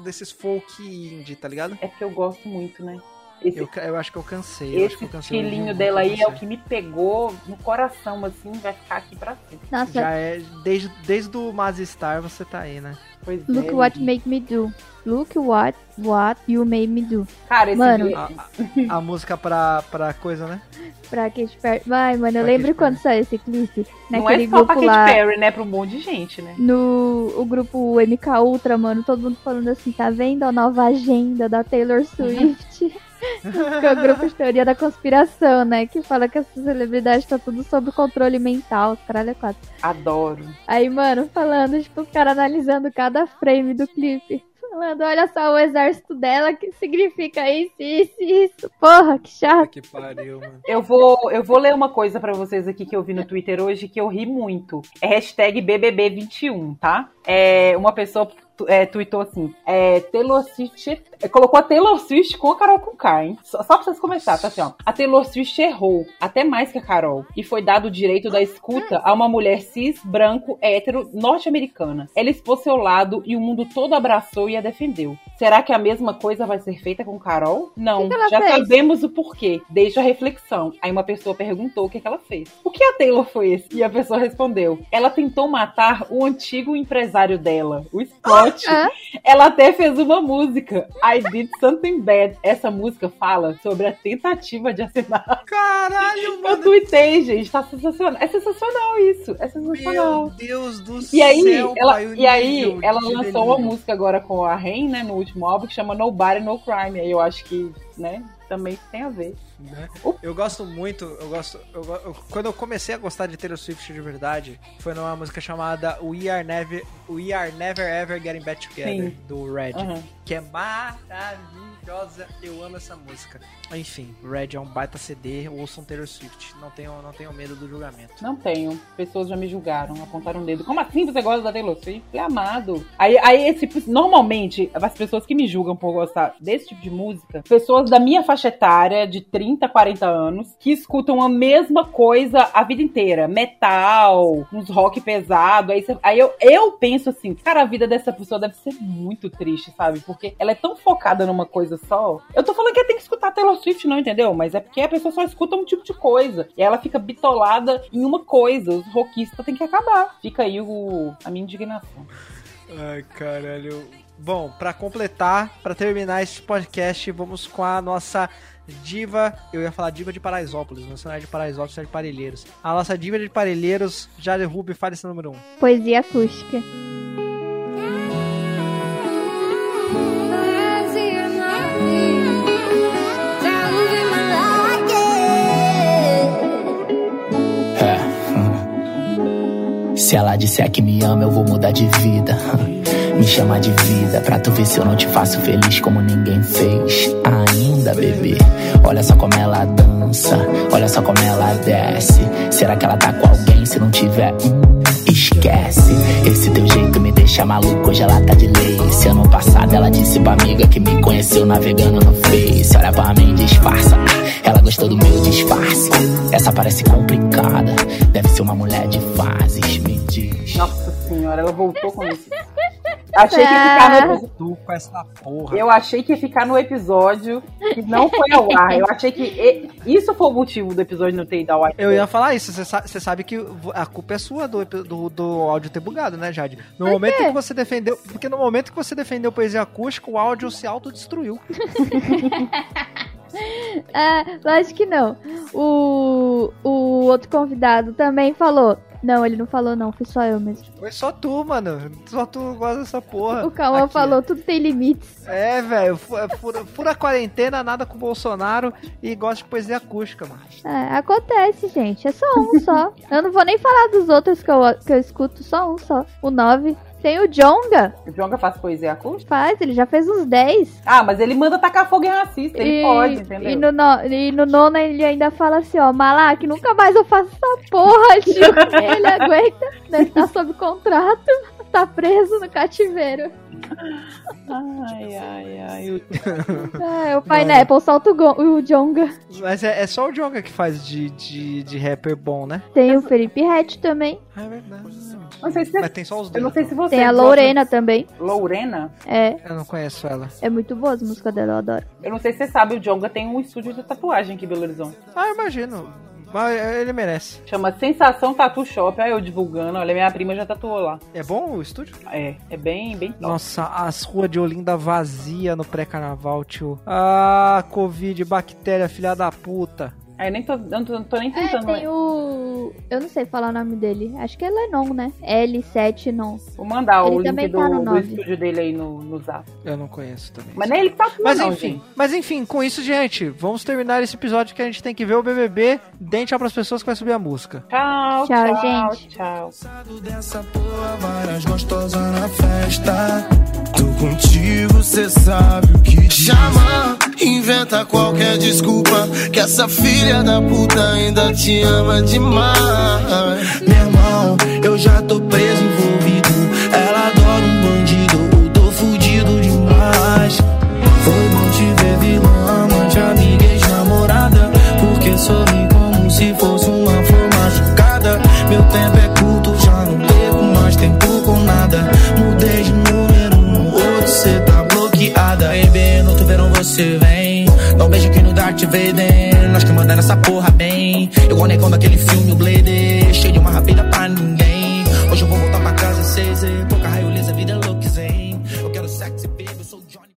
folk indie, tá ligado? É porque eu gosto muito, né? Eu acho que eu cansei. Esse estilinho dela aí é o que me pegou no coração, assim, vai ficar aqui pra sempre. Nossa. Já é, desde o Mazzy Star você tá aí, né? Pois Look what make me do. Look what you made me do. Cara, esse mano, a música pra coisa, né? Pra Katy Perry. Vai, mano, eu lembro quando saiu esse clipe. Não Naquele é só grupo pra lá, Katy Perry, né? Pra um monte de gente, né? O grupo MK Ultra, mano, todo mundo falando assim, tá vendo a nova agenda da Taylor Swift? Que é o grupo de teoria da conspiração, né? Que fala que essa celebridade tá tudo sob controle mental. Caralho, é quatro. Adoro. Aí, mano, falando, tipo, os caras analisando cada frame do clipe. Falando, olha só o exército dela, que significa isso. Porra, que chato. Que pariu, mano. Eu vou ler uma coisa pra vocês aqui que eu vi no Twitter hoje que eu ri muito. É hashtag BBB21, tá? Uma pessoa tweetou assim, Taylor Swift, colocou a Taylor Swift com a Carol Conká, hein? Só pra vocês começarem, tá assim, ó. A Taylor Swift errou, até mais que a Carol, e foi dado o direito da escuta a uma mulher cis, branco, hétero, norte-americana. Ela expôs seu lado e o mundo todo abraçou e a defendeu. Será que a mesma coisa vai ser feita com Carol? Não, já sabemos o porquê, desde a reflexão. Aí uma pessoa perguntou o que ela fez. O que a Taylor fez? E a pessoa respondeu, ela tentou matar o antigo empresário dela, o Scott. Ela até fez uma música, I Did Something Bad. Essa música fala sobre a tentativa de assassinar. Caralho, mano. Eu tuitei, gente, tá sensacional. É sensacional isso, é sensacional. Meu Deus do e aí, céu. Ela lançou uma música agora com a Rain, né, no último álbum, que chama Nobody, No Crime. Aí eu acho que, né, também tem a ver. Né? Eu gosto muito, quando eu comecei a gostar de Taylor Swift de verdade, foi numa música chamada We Are Never Ever Getting Back Together, do Red, que é maravilhosa, eu amo essa música. Enfim, Red é um baita CD, ouçam Taylor Swift, não tenham medo do julgamento. Não tenho, pessoas já me julgaram, apontaram o dedo. Como assim você gosta da Taylor Swift? É amado. Aí normalmente, as pessoas que me julgam por gostar desse tipo de música, pessoas da minha faixa etária, de 30, 40 anos, que escutam a mesma coisa a vida inteira. Metal, uns rock pesado. Aí eu penso assim, cara, a vida dessa pessoa deve ser muito triste, sabe? Porque ela é tão focada numa coisa só. Eu tô falando que ela tem que escutar Taylor Swift, não, entendeu? Mas é porque a pessoa só escuta um tipo de coisa. E ela fica bitolada em uma coisa. Os rockistas têm que acabar. Fica aí a minha indignação. Ai, caralho. Bom, pra completar, pra terminar esse podcast, vamos com a nossa diva, eu ia falar diva de Paraisópolis, mas não é de Paraisópolis, é de Parelheiros. A nossa diva de Parelheiros, Jade Ruby, fale esse número 1. Poesia acústica. Se ela disser que me ama, eu vou mudar de vida. Me chama de vida, pra tu ver se eu não te faço feliz como ninguém fez ainda, bebê. Olha só como ela dança, olha só como ela desce. Será que ela tá com alguém? Se não tiver, esquece. Esse teu jeito me deixa maluco, hoje ela tá de lace. Ano passado ela disse pra amiga que me conheceu navegando no Face. Olha pra mim, disfarça, ela gostou do meu disfarce. Essa parece complicada, deve ser uma mulher de fases, me diz. Nossa senhora, ela voltou com isso. Achei que ia ficar no episódio. Com essa porra. Eu achei que ia ficar no episódio que não foi ao ar. Eu achei que isso foi o motivo do episódio não ter ido ao ar. Eu ia falar isso. Você sabe que a culpa é sua do áudio ter bugado, né, Jade? No momento que você defendeu. Porque no momento que você defendeu poesia acústica, o áudio se autodestruiu. Lógico que não. O outro convidado também falou. Não, ele não falou não, fui só eu mesmo. Foi só tu, mano. Só tu gosta dessa porra. O Cauã falou, tudo tem limites. É, velho. Fura a quarentena, nada com o Bolsonaro e gosta de poesia acústica, mano. Acontece, gente. É só um só. Eu não vou nem falar dos outros que eu escuto, só um só. O 9. Tem o Djonga. O Djonga faz poesia acústica? Faz, ele já fez uns 10. Ah, mas ele manda tacar fogo em racista, ele pode, entendeu? E no nono ele ainda fala assim, ó, Malak, nunca mais eu faço essa porra, tio. Ele aguenta, deve estar sob contrato, tá preso no cativeiro. Ai. O Pineapple, solta o Djonga. Mas é só o Djonga que faz de rapper bom, né? Tem o Felipe Ret também. É verdade. Não sei se Mas tem só os dois. Eu não sei se você Tem a Lorena também. Lorena? É. Eu não conheço ela. É muito boa as músicas dela, eu adoro. Eu não sei se você sabe, o Djonga tem um estúdio de tatuagem aqui em Belo Horizonte. Eu imagino. Mas ele merece. Chama Sensação Tattoo Shop. Aí eu divulgando. Olha, minha prima já tatuou lá. É bom o estúdio? É bem top. Nossa, as ruas de Olinda vazia no pré-carnaval, tio. Covid, bactéria, filha da puta. Aí nem tô nem tentando. Tem o... Eu não sei falar o nome dele. Acho que é Lenon, né? L7 Non. Vou mandar ele o link tá do estúdio dele aí no Zap. Eu não conheço também. Mas nem ele tá tudo, Mas enfim, com isso, gente, vamos terminar esse episódio que a gente tem que ver o BBB. Dê tchau pras pessoas que vai subir a música. Tchau, gente. Tchau. Dessa porra, várias gostosas na festa. Tô contigo, cê sabe o que chama. Inventa qualquer desculpa, que essa filha da puta ainda te ama demais. Meu irmão, eu já tô preso, envolvido. Ela adora um bandido, eu tô fudido demais. Foi bom te ver, vilã, amante, amiga, ex-namorada. Porque sorri como se fosse uma flor machucada. Meu tempo é curto, já não perco mais tempo com nada. Mudei de número, no outro cê tá bloqueada. Bebê, no outro verão você vem. Dá um beijo aqui no Darth Vader. Nós que manda nessa porra bem. Igual nem quando aquele filme, o Blader. Cheio de uma rapida pra ninguém. Hoje eu vou voltar pra casa 6. Pouca raio lisa, vida é louca, zen. Eu quero sexy, baby, eu sou Johnny.